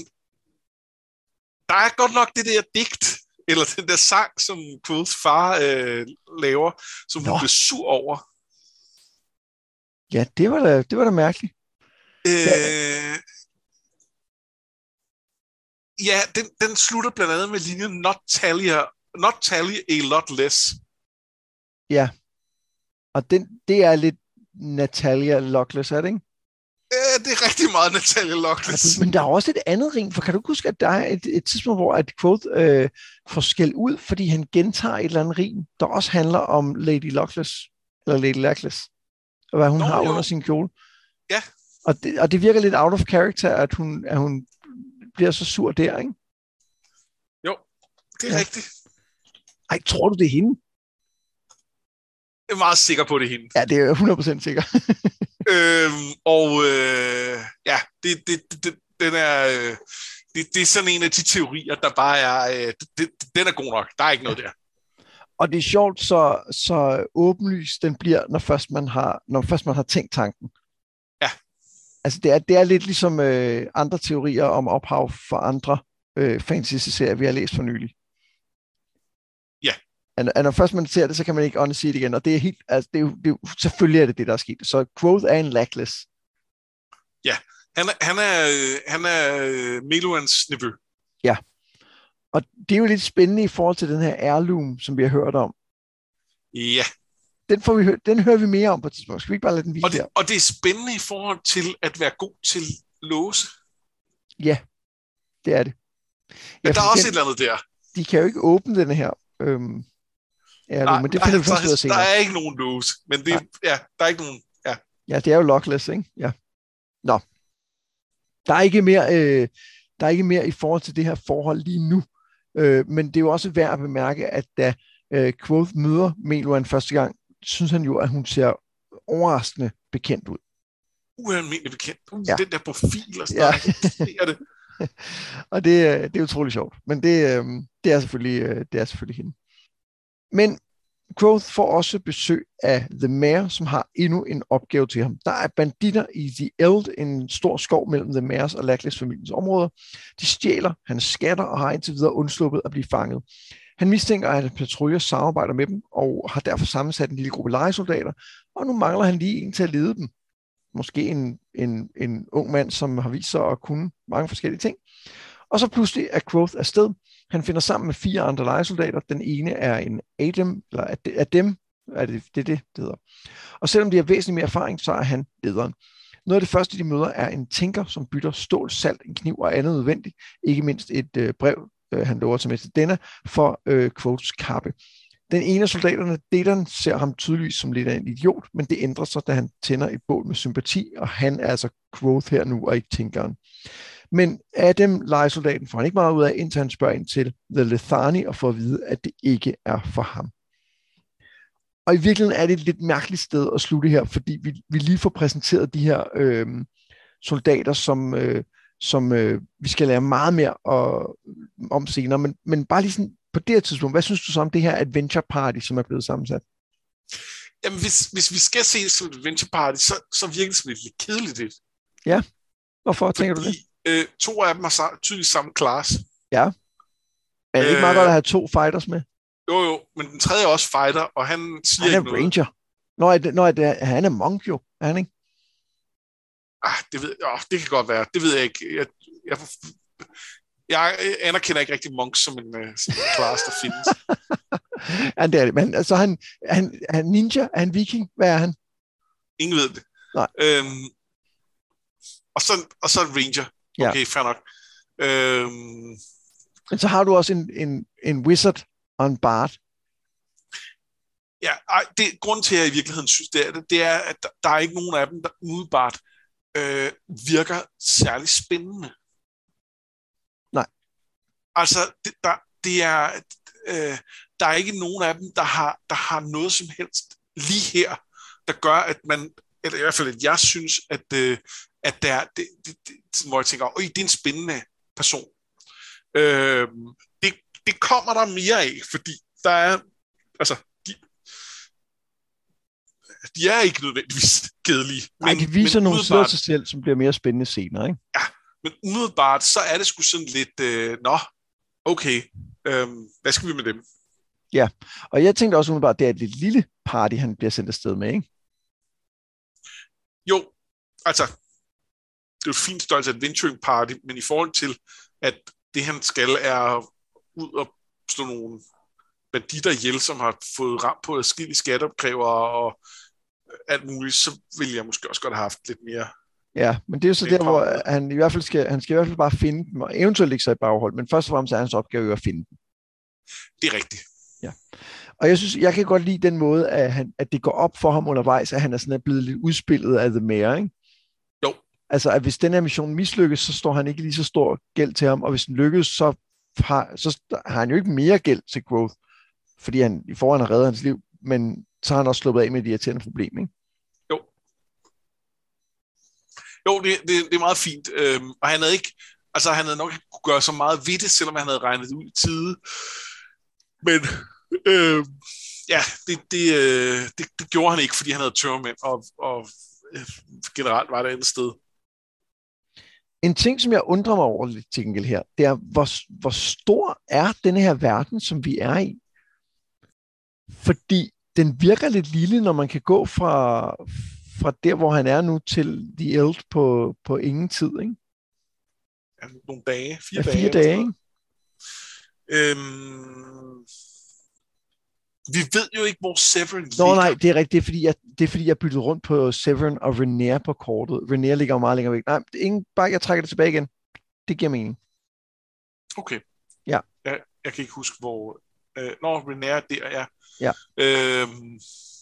S2: der er godt nok det der digt, eller den der sang, som Quoths far øh, laver, som Nå. hun blev sur over.
S1: Ja, det var da, det var da mærkeligt.
S2: Øh, ja, ja den, den slutter blandt andet med linjen not tally, not tally a lot less.
S1: Ja, og den, det er lidt Natalia Lockless, er det ikke?
S2: Øh, det er rigtig meget Natalia Lockless.
S1: Men der er også et andet ring, for kan du huske, at der er et, et tidspunkt, hvor at Quoth øh, får skæld ud, fordi han gentager et eller andet rim, der også handler om Lady Lockless, eller Lady Lackless, og hvad hun Nå, har jo. under sin kjole.
S2: Ja.
S1: Og det, og det virker lidt out of character, at hun, at hun bliver så sur der, ikke?
S2: Jo, det er ja. rigtigt.
S1: Ej, tror du, det er hende?
S2: Jeg er meget sikker på, det er hende.
S1: Ja, det er hundrede procent sikker.
S2: øhm, og øh, ja, det, det, det, den er, øh, det, det er sådan en af de teorier, der bare er, øh, det, den er god nok. Der er ikke noget ja. der.
S1: Og det er sjovt, så, så åbenlyst den bliver, når først man har, når først man har tænkt tanken.
S2: Ja.
S1: Altså det er, det er lidt ligesom øh, andre teorier om ophav for andre øh, fantasy-serier, vi har læst for nylig.
S2: Ja.
S1: At, at når først man ser det, så kan man ikke unsee det igen. Og det er helt, altså det er, det er, selvfølgelig er det det, der er sket. Så Quoth er en Lackless.
S2: Ja, han er, han er, han er Meluans nevø.
S1: Ja. Og det er jo lidt spændende i forhold til den her heirloom, som vi har hørt om.
S2: Ja.
S1: Den, får vi, den hører vi mere om på et tidspunkt. Skal vi ikke bare lade den hvile
S2: og det,
S1: der?
S2: Og det er spændende i forhold til at være god til låse.
S1: Ja, det er det.
S2: Ja, men der er også kan, et eller andet der.
S1: De kan jo ikke åbne den her øhm, heirloom, men det finder vi først ud af senere.
S2: Der er ikke nogen låse, men det, ja, der er ikke nogen... Ja.
S1: ja, det er jo lockless, ikke? Ja. Nå. Der er ikke mere, øh, der er ikke mere i forhold til det her forhold lige nu. Øh, men det er jo også værd at bemærke, at da øh, Quoth møder Meluan første gang, synes han jo, at hun ser overraskende bekendt ud.
S2: Ualmindelig bekendt. Uh, ja. Den der profil og sådan
S1: ja.
S2: det er det.
S1: Og det, det er utroligt sjovt. Men det, øh, det, er selvfølgelig, det er selvfølgelig hende. Men Quoth får også besøg af The Mayor, som har endnu en opgave til ham. Der er banditter i The Eld, en stor skov mellem The Mayors og Lackless familiens områder. De stjæler hans skatter og har indtil videre undsluppet at blive fanget. Han mistænker, at hans patruljer samarbejder med dem, og har derfor sammensat en lille gruppe lejesoldater, og nu mangler han lige en til at lede dem. Måske en, en, en ung mand, som har vist sig at kunne mange forskellige ting. Og så pludselig er Kvothe afsted. Han finder sammen med fire andre lejesoldater. Den ene er en Adem, eller er dem, er det det, det hedder. Og selvom de har væsentligt mere erfaring, så er han lederen. Noget af det første, de møder, er en tinker, som bytter stål, salt, en kniv og andet nødvendigt. Ikke mindst et øh, brev, øh, han lover til mester Denner, for øh, Kvothes kappe. Den ene af soldaterne, Dedan, ser ham tydeligvis som lidt af en idiot, men det ændrer sig, da han tænder et bål med sympati, og han er altså Kvothe her nu, og ikke tinkeren. Men Adam, lejesoldaten, får han ikke meget ud af, indtil han spørger ind til The Lethani, og får at vide, at det ikke er for ham. Og i virkeligheden er det et lidt mærkeligt sted at slutte her, fordi vi, vi lige får præsenteret de her øh, soldater, som, øh, som øh, vi skal lære meget mere og, om senere. Men, men bare lige sådan, på det her tidspunkt, hvad synes du så om det her adventure party, som er blevet sammensat?
S2: Jamen, hvis, hvis vi skal se det som et adventure party, så, så virker det som et lidt kedeligt det.
S1: Ja, hvorfor
S2: fordi,
S1: tænker du det?
S2: Øh, to af dem har tydeligt samme klasse.
S1: Ja. Er det ikke meget
S2: øh,
S1: godt at have to fighters med?
S2: Jo, jo, men den tredje er også fighter, og han siger
S1: han er
S2: ikke noget.
S1: ranger. Nå, er det, nå er det, han er monk jo, er han ikke?
S2: Ah, det, ved, åh, det kan godt være. Det ved jeg ikke. Jeg, jeg, jeg anerkender ikke rigtig monks som en, som en klasse, der findes.
S1: Ja, det er det. Men altså, han, han, han ninja? Er han viking? Hvad er han?
S2: Ingen ved det.
S1: Nej.
S2: Øhm, og, så, og så en ranger. Okay, ja. Fair nok. Øhm,
S1: Men så har du også en, en, en wizard og en bard.
S2: Ja, det, grunden til, at jeg i virkeligheden synes, det er, det er at der, der er ikke nogen af dem, der umiddelbart øh, virker særlig spændende.
S1: Nej.
S2: Altså, det, der, det er, øh, der er ikke nogen af dem, der har, der har noget som helst lige her, der gør, at man, eller i hvert fald, at jeg synes, at, øh, at der, det, det, det, hvor jeg tænker, øj, det er en spændende person. Øh, det, det kommer der mere af, fordi der er, altså, de, de er ikke nødvendigvis kedelige.
S1: Nej, de viser nogle sider af sig selv, som bliver mere spændende senere, ikke?
S2: Ja, men umiddelbart, så er det sgu sådan lidt, øh, nå, okay, øh, hvad skal vi med dem?
S1: Ja, og jeg tænkte også umiddelbart, det er et lidt lille party, han bliver sendt afsted med, ikke?
S2: Jo, altså, det er jo et fint størrelse adventuring party, men i forhold til, at det han skal er ud og stå nogle banditter ihjel, som har fået ramt på adskillige skatteopkræver og alt muligt, så ville jeg måske også godt have haft lidt mere.
S1: Ja, men det er jo så der, hvor han i hvert fald skal, han skal i hvert fald bare finde dem, og eventuelt ikke sig i baghold, men først og fremmest er hans opgave jo at finde dem.
S2: Det er rigtigt.
S1: Ja. Og jeg synes, jeg kan godt lide den måde, at, han, at det går op for ham undervejs, at han er sådan blevet lidt udspillet af The Mayor, ikke?
S2: Jo.
S1: Altså, at hvis den her mission mislykkes, så står han ikke lige så stor gæld til ham, og hvis den lykkes, så har, så har han jo ikke mere gæld til Kvothe, fordi han i forvejen har reddet hans liv, men så har han også sluppet af med de irriterende problem, ikke?
S2: Jo. Jo, det, det, det er meget fint, øhm, og han havde ikke, altså han havde nok ikke kunne gøre så meget ved det, selvom han havde regnet det ud i tide, men øh, ja, det, det, øh, det, det gjorde han ikke, fordi han havde tørmænd, og, og øh, generelt var det et andet sted.
S1: En ting, som jeg undrer mig over lidt til gengæld her, det er, hvor, hvor stor er denne her verden, som vi er i? Fordi den virker lidt lille, når man kan gå fra, fra der, hvor han er nu, til The Eld på, på ingen tid, ikke?
S2: Ja, nogle dage. Fire
S1: ja,
S2: dage.
S1: Fire dage, ikke?
S2: Øhm, vi ved jo ikke, hvor Severin ligger.
S1: Nå nej, det er rigtigt. Det er, fordi jeg, det er fordi, jeg byttede rundt på Severin og Rhaenyra på kortet. Rhaenyra ligger jo meget længere væk. Nej, det er ingen, bare jeg trækker det tilbage igen. Det giver mening.
S2: Okay.
S1: Ja.
S2: Jeg, jeg kan ikke huske, hvor... Øh, nå, Rhaenyra der, ja.
S1: Ja.
S2: Øhm,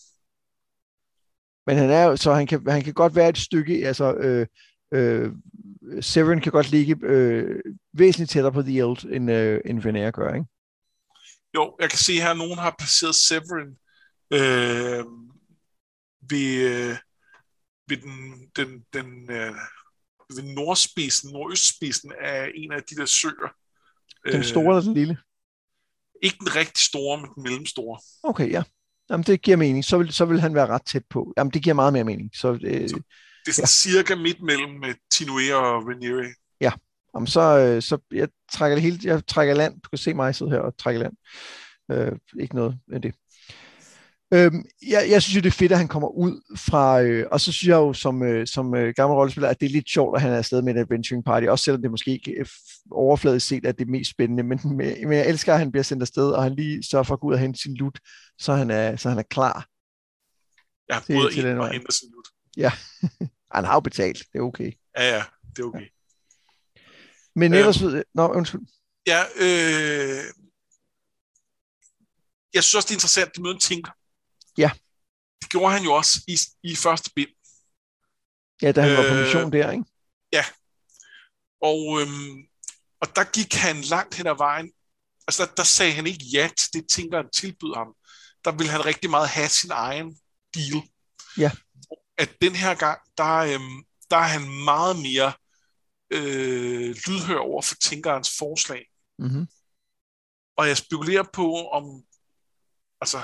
S1: Men han er jo, så han kan, han kan godt være et stykke, altså øh, øh, Severin kan godt ligge øh, væsentligt tættere på The Eld, end, øh, end Rhaenyra gør, ikke?
S2: Jo, jeg kan se her, at nogen har placeret Severin øh, ved, øh, ved den, den, den øh, ved nordspidsen, nordøstspidsen af en af de der søer.
S1: Den store eller den lille?
S2: Ikke den rigtig store, men den mellemstore.
S1: Okay, ja. Jamen, det giver mening. Så vil, så vil han være ret tæt på. Jamen, det giver meget mere mening. Så, øh,
S2: så det er sådan
S1: ja.
S2: cirka midt mellem Tinue og Rhaenyra.
S1: Ja. Jamen, så, øh, så jeg trækker det hele, jeg trækker land. Du kan se mig sidde her og trække land. Øh, ikke noget med det. Øhm, jeg, jeg synes jo, det er fedt, at han kommer ud fra, øh, og så synes jeg jo som, øh, som øh, gammel rollespiller, at det er lidt sjovt, at han er afsted med en adventuring party, også selvom det måske ikke overfladisk set er det mest spændende, men, men jeg elsker, at han bliver sendt afsted, og han lige sørger for at gå ud og hente sin loot, så han er, så han er klar.
S2: Ja, han bryder ind og henter sin loot.
S1: Ja, han har jo betalt, det er okay.
S2: Ja, ja, det er okay.
S1: Men ellers øhm, ved Nå, undskyld.
S2: Ja, øh... jeg synes også, det er interessant, at møde en tænker.
S1: Ja.
S2: Det gjorde han jo også i, i første bind.
S1: Ja, da han øh, var på mission der, ikke?
S2: Ja. Og, øhm, og der gik han langt hen ad vejen. Altså, der, der sagde han ikke ja til det, tænkeren tilbød ham. Der ville han rigtig meget have sin egen deal.
S1: Ja.
S2: At den her gang, der, øhm, der er han meget mere øh, lydhør over for tænkerens forslag.
S1: Mm-hmm.
S2: Og jeg spekulerer på, om altså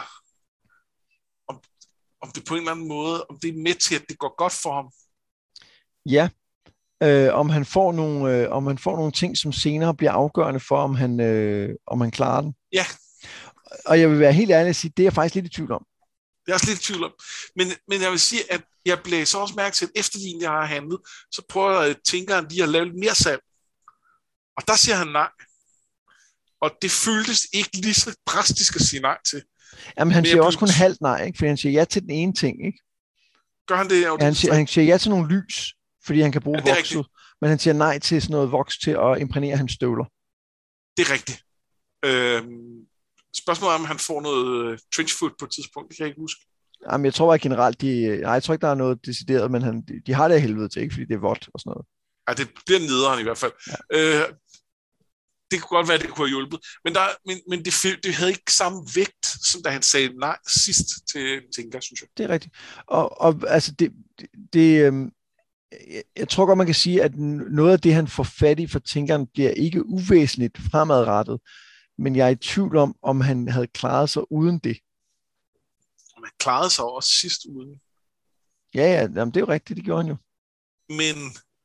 S2: om, om det på en eller anden måde, om det er med til, at det går godt for ham.
S1: Ja, øh, om han får nogle, øh, om han får nogle ting, som senere bliver afgørende for, om han, øh, om han klarer den.
S2: Ja.
S1: Og jeg vil være helt ærlig at sige, det er jeg faktisk lidt i tvivl om.
S2: Det er også lidt i tvivl om. Men, men jeg vil sige, at jeg blev så også mærke til, at efterlignet jeg har handlet, så prøver jeg tænkeren lige at lave lidt mere salg. Og der siger han nej. Og det føltes ikke lige så drastisk at sige nej til.
S1: Jamen, han siger også kun halvt nej, ikke? Fordi han siger ja til den ene ting, ikke?
S2: Gør han det? Ja,
S1: han, siger, han siger ja til nogle lys, fordi han kan bruge
S2: ja,
S1: vokset, rigtigt. Men han siger nej til sådan noget voks til at imprægnere hans støvler.
S2: Det er rigtigt. Øhm, spørgsmålet er, om han får noget trenchfoot på et tidspunkt, det kan jeg ikke huske.
S1: Jamen, jeg tror at generelt, de, nej, jeg tror ikke, der er noget decideret, men han, de, de har det af helvede til, ikke? Fordi det er vådt og sådan noget.
S2: Ja, det bliver nederen i hvert fald. Ja. Øh, det kunne godt være, at det kunne have hjulpet. Men, der, men, men det, det havde ikke samme vægt, som da han sagde nej sidst til tænker, synes jeg.
S1: Det er rigtigt. Og, og altså, det, det, det øhm, jeg, jeg tror godt, man kan sige, at noget af det, han får fat i for tænkeren, bliver ikke uvæsentligt fremadrettet. Men jeg er i tvivl om, om han havde klaret sig uden det.
S2: Om han klarede sig også sidst uden.
S1: Ja, ja, jamen, det er jo rigtigt, det gjorde han jo.
S2: Men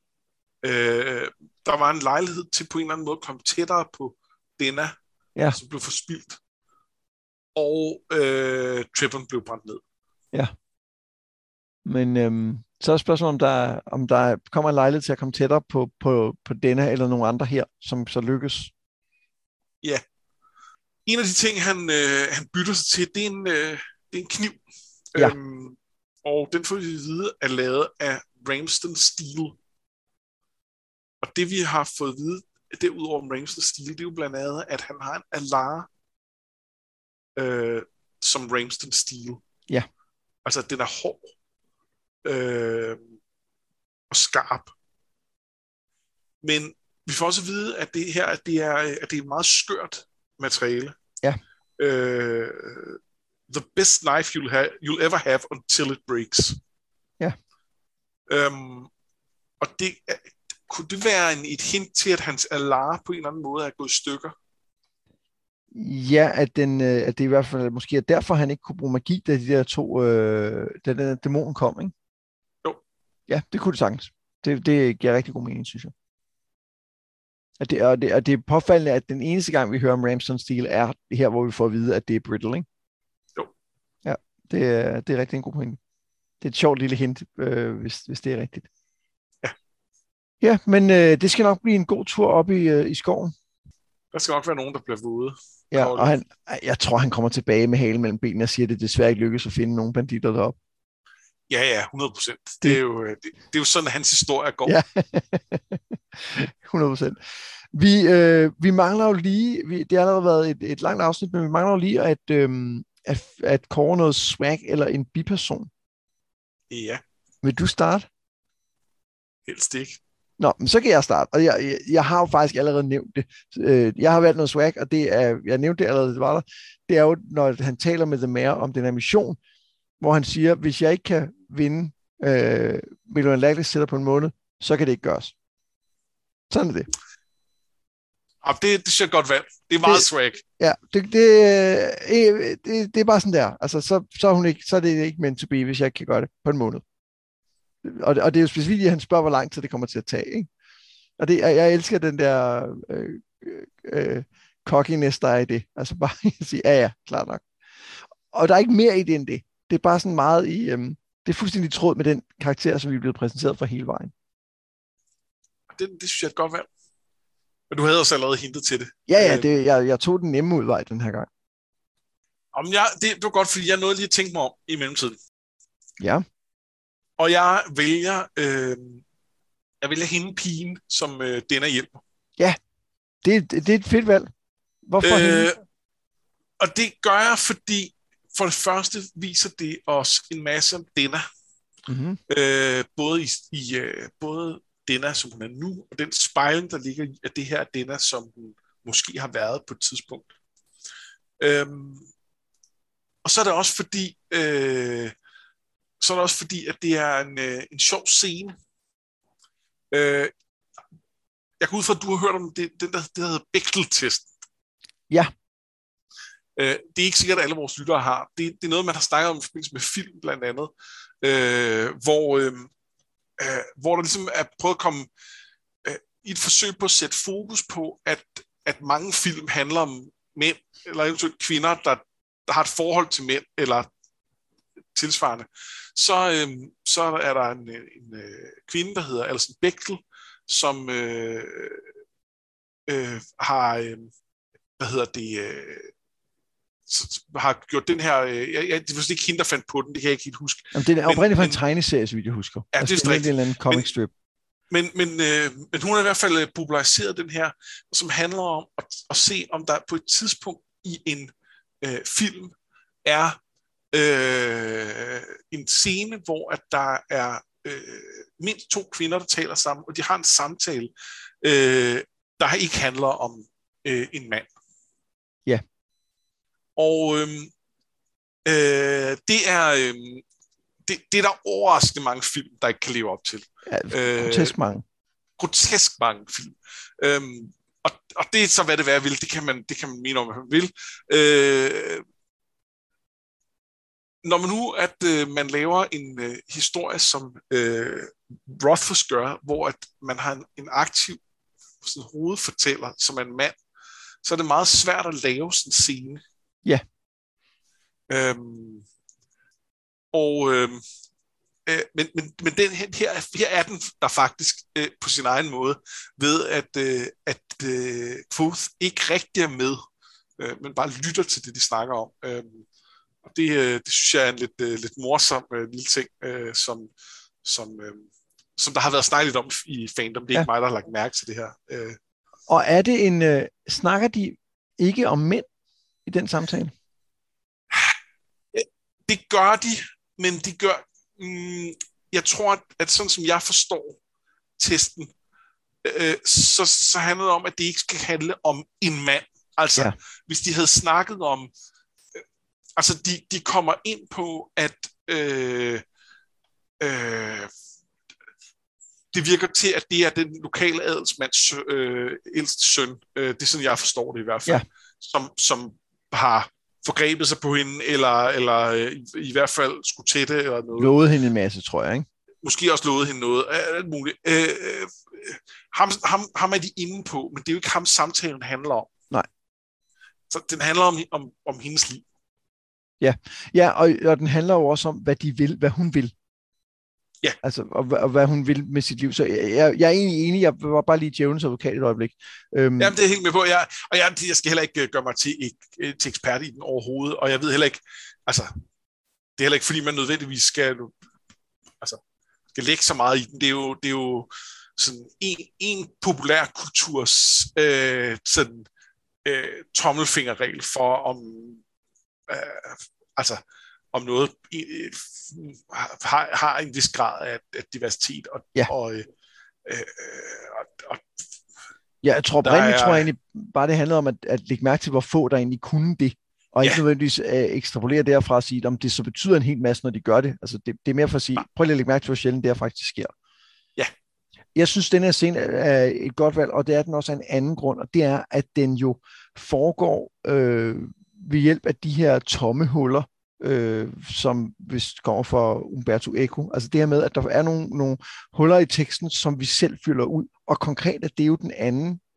S2: øh, der var en lejlighed til på en eller anden måde at komme tættere på Denna,
S1: ja.
S2: Som blev forspildt. Og øh, Trippon blev brændt ned.
S1: Ja. Men øhm, så er spørgsmålet, om der, om der kommer en lejlighed til at komme tættere på, på, på Denna eller nogle andre her, som så lykkes.
S2: Ja. En af de ting, han, øh, han bytter sig til, det er en, øh, det er en kniv.
S1: Ja.
S2: Øhm, og den får vi at vide er lavet af Ramsden Steel. Og det vi har fået at vide derudover om Ramsden Steel, det er jo blandt andet, at han har en alar øh, som Ramsden Steel.
S1: Ja.
S2: Altså, den er hård øh, og skarp. Men vi får også at vide, at det her at det er, at det er et meget skørt materiale.
S1: Ja.
S2: Øh, the best knife you'll, have, you'll ever have until it breaks.
S1: Ja.
S2: Øhm, og det kunne det være en, et hint til, at hans alar på en eller anden måde er gået i stykker?
S1: Ja, at, den, at det i hvert fald måske er derfor, han ikke kunne bruge magi, da de der to, øh, da den dæmon kom, ikke?
S2: Jo.
S1: Ja, det kunne det sagtens. Det, det giver rigtig god mening, synes jeg. At det, og, det, og det er påfaldende, at den eneste gang, vi hører om Ramsden Steel, er her, hvor vi får at vide, at det er brittle, ikke?
S2: Jo.
S1: Ja, det er, det er rigtig en god pointe. Det er et sjovt lille hint, øh, hvis, hvis det er rigtigt.
S2: Ja.
S1: Ja, men øh, det skal nok blive en god tur op i, øh, i skoven.
S2: Der skal nok være nogen, der bliver våde.
S1: Ja, og han, jeg tror, han kommer tilbage med halen mellem benene og siger, at det desværre ikke lykkes at finde nogen banditter deroppe.
S2: Ja, ja, hundrede procent. Det, det, er jo, det, det er jo sådan, at hans historie går.
S1: Ja, hundrede procent. Vi, øh, vi mangler jo lige, vi, det har allerede været et, et langt afsnit, men vi mangler jo lige at, øh, at, at kåre noget swag eller en biperson.
S2: Ja.
S1: Vil du starte?
S2: Helst ikke.
S1: Nå, men så kan jeg starte, og jeg, jeg, jeg har jo faktisk allerede nævnt det. Jeg har valgt noget swag, og det er, jeg nævnte det allerede, det var der. Det er jo, når han taler med The Mayor om den her mission, hvor han siger, hvis jeg ikke kan vinde øh, Million Lackley sætter på en måned, så kan det ikke gøres. Sådan er det.
S2: Ja, det, det synes jeg godt valg. Det er meget
S1: det,
S2: swag.
S1: Ja, det, det, det, det er bare sådan der. Altså, så, så, er hun ikke, så er det ikke meant to be, hvis jeg ikke kan gøre det på en måned. Og, og det er jo specifikt, at han spørger, hvor lang tid det kommer til at tage. Ikke? Og det, jeg elsker den der øh, øh, cockiness, der er i det. Altså bare at sige, ja ja, klart nok. Og der er ikke mere i det end det. Det er bare sådan meget i, øhm, det er fuldstændig i tråd med den karakter, som vi er blevet præsenteret for hele vejen.
S2: Det, det synes jeg er et godt valg. Men du havde også allerede hintet til det.
S1: Ja, ja, det, jeg, jeg tog den nemme udvej den her gang.
S2: Om jeg, det, det var godt, fordi jeg nåede lige at tænke mig om i mellemtiden.
S1: Ja.
S2: Og jeg vælger, øh, jeg vælger hende pigen, som øh, Dinner hjælper.
S1: Ja, det, det, det er et fedt valg. Hvorfor øh, hende?
S2: Og det gør jeg, fordi for det første viser det os en masse om Dinner.
S1: Mm-hmm.
S2: Øh, både i, i øh, både Dinner, som hun er nu, og den spejling, der ligger i, at det her er Dinner, som hun måske har været på et tidspunkt. Øhm, og så er det også fordi, øh, så er det også fordi, at det er en, øh, en sjov scene. Øh, jeg går ud fra, at du har hørt om det, den der, det der hedder Bechdel-testen.
S1: Ja.
S2: Øh, det er ikke sikkert, at alle vores lyttere har. Det, det er noget, man har snakket om i forbindelse med film, blandt andet, øh, hvor, øh, øh, hvor der ligesom er prøvet at komme øh, i et forsøg på at sætte fokus på, at, at mange film handler om mænd, eller eventuelt kvinder, der, der har et forhold til mænd, eller tilsvarende. Så, øh, så er der en, en, en kvinde, der hedder Alison Bechdel, som øh, øh, har, øh, hvad hedder det, øh, har gjort den her, øh, jeg, jeg, det var ikke hende, der fandt på den, det kan jeg ikke helt huske.
S1: Jamen, det er oprindeligt fra en tegneserie, så vidt jeg husker.
S2: Ja,
S1: altså,
S2: det er
S1: en eller anden comic strip.
S2: Men, men, øh, men hun har i hvert fald populariseret den her, som handler om at, at se, om der på et tidspunkt i en øh, film er øh, en scene, hvor at der er øh, mindst to kvinder, der taler sammen, og de har en samtale, øh, der ikke handler om øh, en mand.
S1: Ja.
S2: Og øh, øh, det er øh, det, det er der overraskende mange film, der ikke kan leve op til.
S1: Ja, grotesk mange. Øh,
S2: grotesk mange film. Øhm, og, og det er så, hvad det er, vil. Det kan man, det kan man mene om, hvad man vil. Øh, når man nu, at øh, man laver en øh, historie, som øh, Rothfuss gør, hvor at man har en, en aktiv sådan, hovedfortæller, som er en mand, så er det meget svært at lave sådan en scene.
S1: Ja.
S2: Øhm, og øh, øh, men, men, men den her, her er den der faktisk øh, på sin egen måde, ved at, øh, at øh, Quoth ikke rigtig er med, øh, men bare lytter til det, de snakker om. Øh, og det, øh, det synes jeg er en lidt, øh, lidt morsom øh, lille ting, øh, som, som, øh, som der har været snakket lidt om i fandom. Det er ja. Ikke mig, der har lagt mærke til det her. Øh.
S1: Og er det en... Øh, snakker de ikke om mænd i den samtale?
S2: Det gør de, men de gør... Mm, jeg tror, at, at sådan som jeg forstår testen, øh, så, så handler det om, at det ikke skal handle om en mand. Altså, ja. Hvis de havde snakket om... Øh, altså, de, de kommer ind på, at... Øh, øh, det virker til, at det er den lokale adelsmands øh, ældste søn. Øh, det er sådan, jeg forstår det i hvert fald. Ja. Som, som har forgrebet sig på hende, eller, eller øh, i, i hvert fald skulle tætte eller noget.
S1: Lovede hende en masse, tror jeg, ikke?
S2: Måske også lovede hende noget. Alt muligt. Øh, øh, ham, ham, ham er de inde på, men det er jo ikke ham, samtalen handler om.
S1: Nej.
S2: Så den handler om, om, om hendes liv.
S1: Ja, ja og, og den handler jo også om, hvad de vil, hvad hun vil.
S2: Ja.
S1: Altså, og, og hvad hun vil med sit liv. Så jeg, jeg, jeg er egentlig enig, jeg var bare lige djævelens advokat et øjeblik. Øhm.
S2: Jamen, det er helt med på. Jeg, og jeg, jeg skal heller ikke gøre mig til, til ekspert i den overhovedet, og jeg ved heller ikke, altså, det er heller ikke, fordi man nødvendigvis skal, altså, skal lægge så meget i den. Det er jo, det er jo sådan en, en populær kulturs øh, sådan, øh, tommelfingerregel for, om, øh, altså, om noget øh, har, har en vis grad af, af diversitet. Og,
S1: ja.
S2: og, øh, øh, og, og
S1: ja, jeg tror, oprindeligt tror jeg egentlig bare, det handlede om at, at lægge mærke til, hvor få der egentlig kunne det. Og ikke ja. nødvendigvis uh, ekstrapolere derfra og sige, om det så betyder en hel masse, når de gør det. Altså, det, det er mere for at sige, prøv lige at lægge mærke til, hvor sjældent det her faktisk sker.
S2: Ja.
S1: Jeg synes, den her scene er et godt valg, og det er den også af en anden grund, og det er, at den jo foregår øh, ved hjælp af de her tomme huller, øh, som vist kommer fra Umberto Eco. Altså det her med, at der er nogle, nogle huller i teksten, som vi selv fylder ud, og konkret er det jo den anden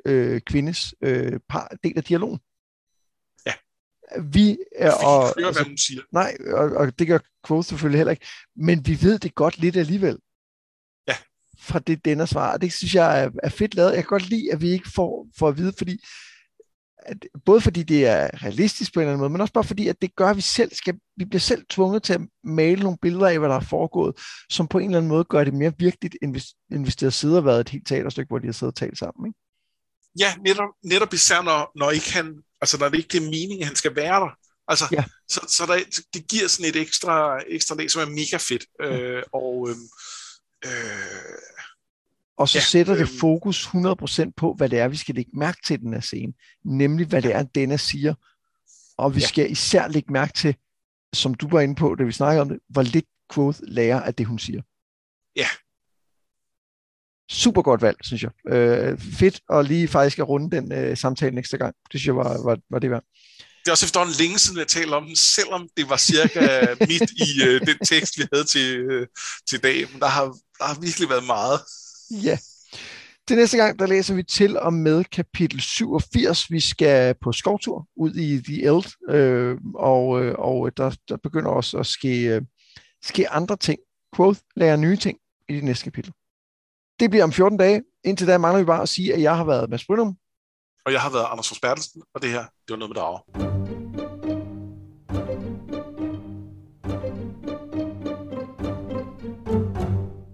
S1: øh, kvindes øh, par, del af dialogen.
S2: Ja.
S1: Vi er,
S2: Jeg fik
S1: og,
S2: ikke høre,
S1: altså,
S2: hvad hun siger.
S1: Nej, og, og det gør Quoth selvfølgelig heller ikke, men vi ved det godt lidt alligevel.
S2: Ja.
S1: Fra det Denner svar, og det synes jeg er, er fedt lavet. Jeg kan godt lide, at vi ikke får, får at vide, fordi at, både fordi det er realistisk på en eller anden måde, men også bare fordi, at det gør, at vi selv skal, vi bliver selv tvunget til at male nogle billeder af, hvad der er foregået, som på en eller anden måde gør det mere virkeligt, end hvis, end hvis det har siddet og været et helt teaterstykke, hvor de har siddet og talt sammen, ikke?
S2: Ja, netop, netop især når, når, ikke han, altså når det ikke er meningen, at han skal være der. Altså,
S1: ja. Så,
S2: så der, det giver sådan et ekstra, ekstra lag, som er mega fedt. Ja. Øh, og øh, øh,
S1: Og så
S2: ja,
S1: sætter det
S2: øh,
S1: fokus hundrede procent på, hvad det er, vi skal lægge mærke til i den her scene. Nemlig, hvad ja. det er, Denner siger. Og vi ja. skal især lægge mærke til, som du var inde på, da vi snakkede om det, hvor lidt Quoth lærer af det, hun siger.
S2: Ja.
S1: Super godt valg, synes jeg. Øh, fedt at lige faktisk at runde den øh, samtale næste gang. Det synes jeg var, var, var det værd.
S2: Det er også efterhånden længe siden, jeg talte om den, selvom det var cirka midt i øh, den tekst, vi havde til, øh, til dag. Men der har, der har virkelig været meget.
S1: Ja. Til næste gang, der læser vi til og med kapitel syvogfirs. Vi skal på skovtur ud i The Eld, øh, og, øh, og der, der begynder også at ske, øh, ske andre ting. Quoth lærer nye ting i det næste kapitel. Det bliver om fjorten dage. Indtil da mangler vi bare at sige, at jeg har været Mads Brynum.
S2: Og jeg har været Anders Forsbertelsen, og det her, det var noget med Drager.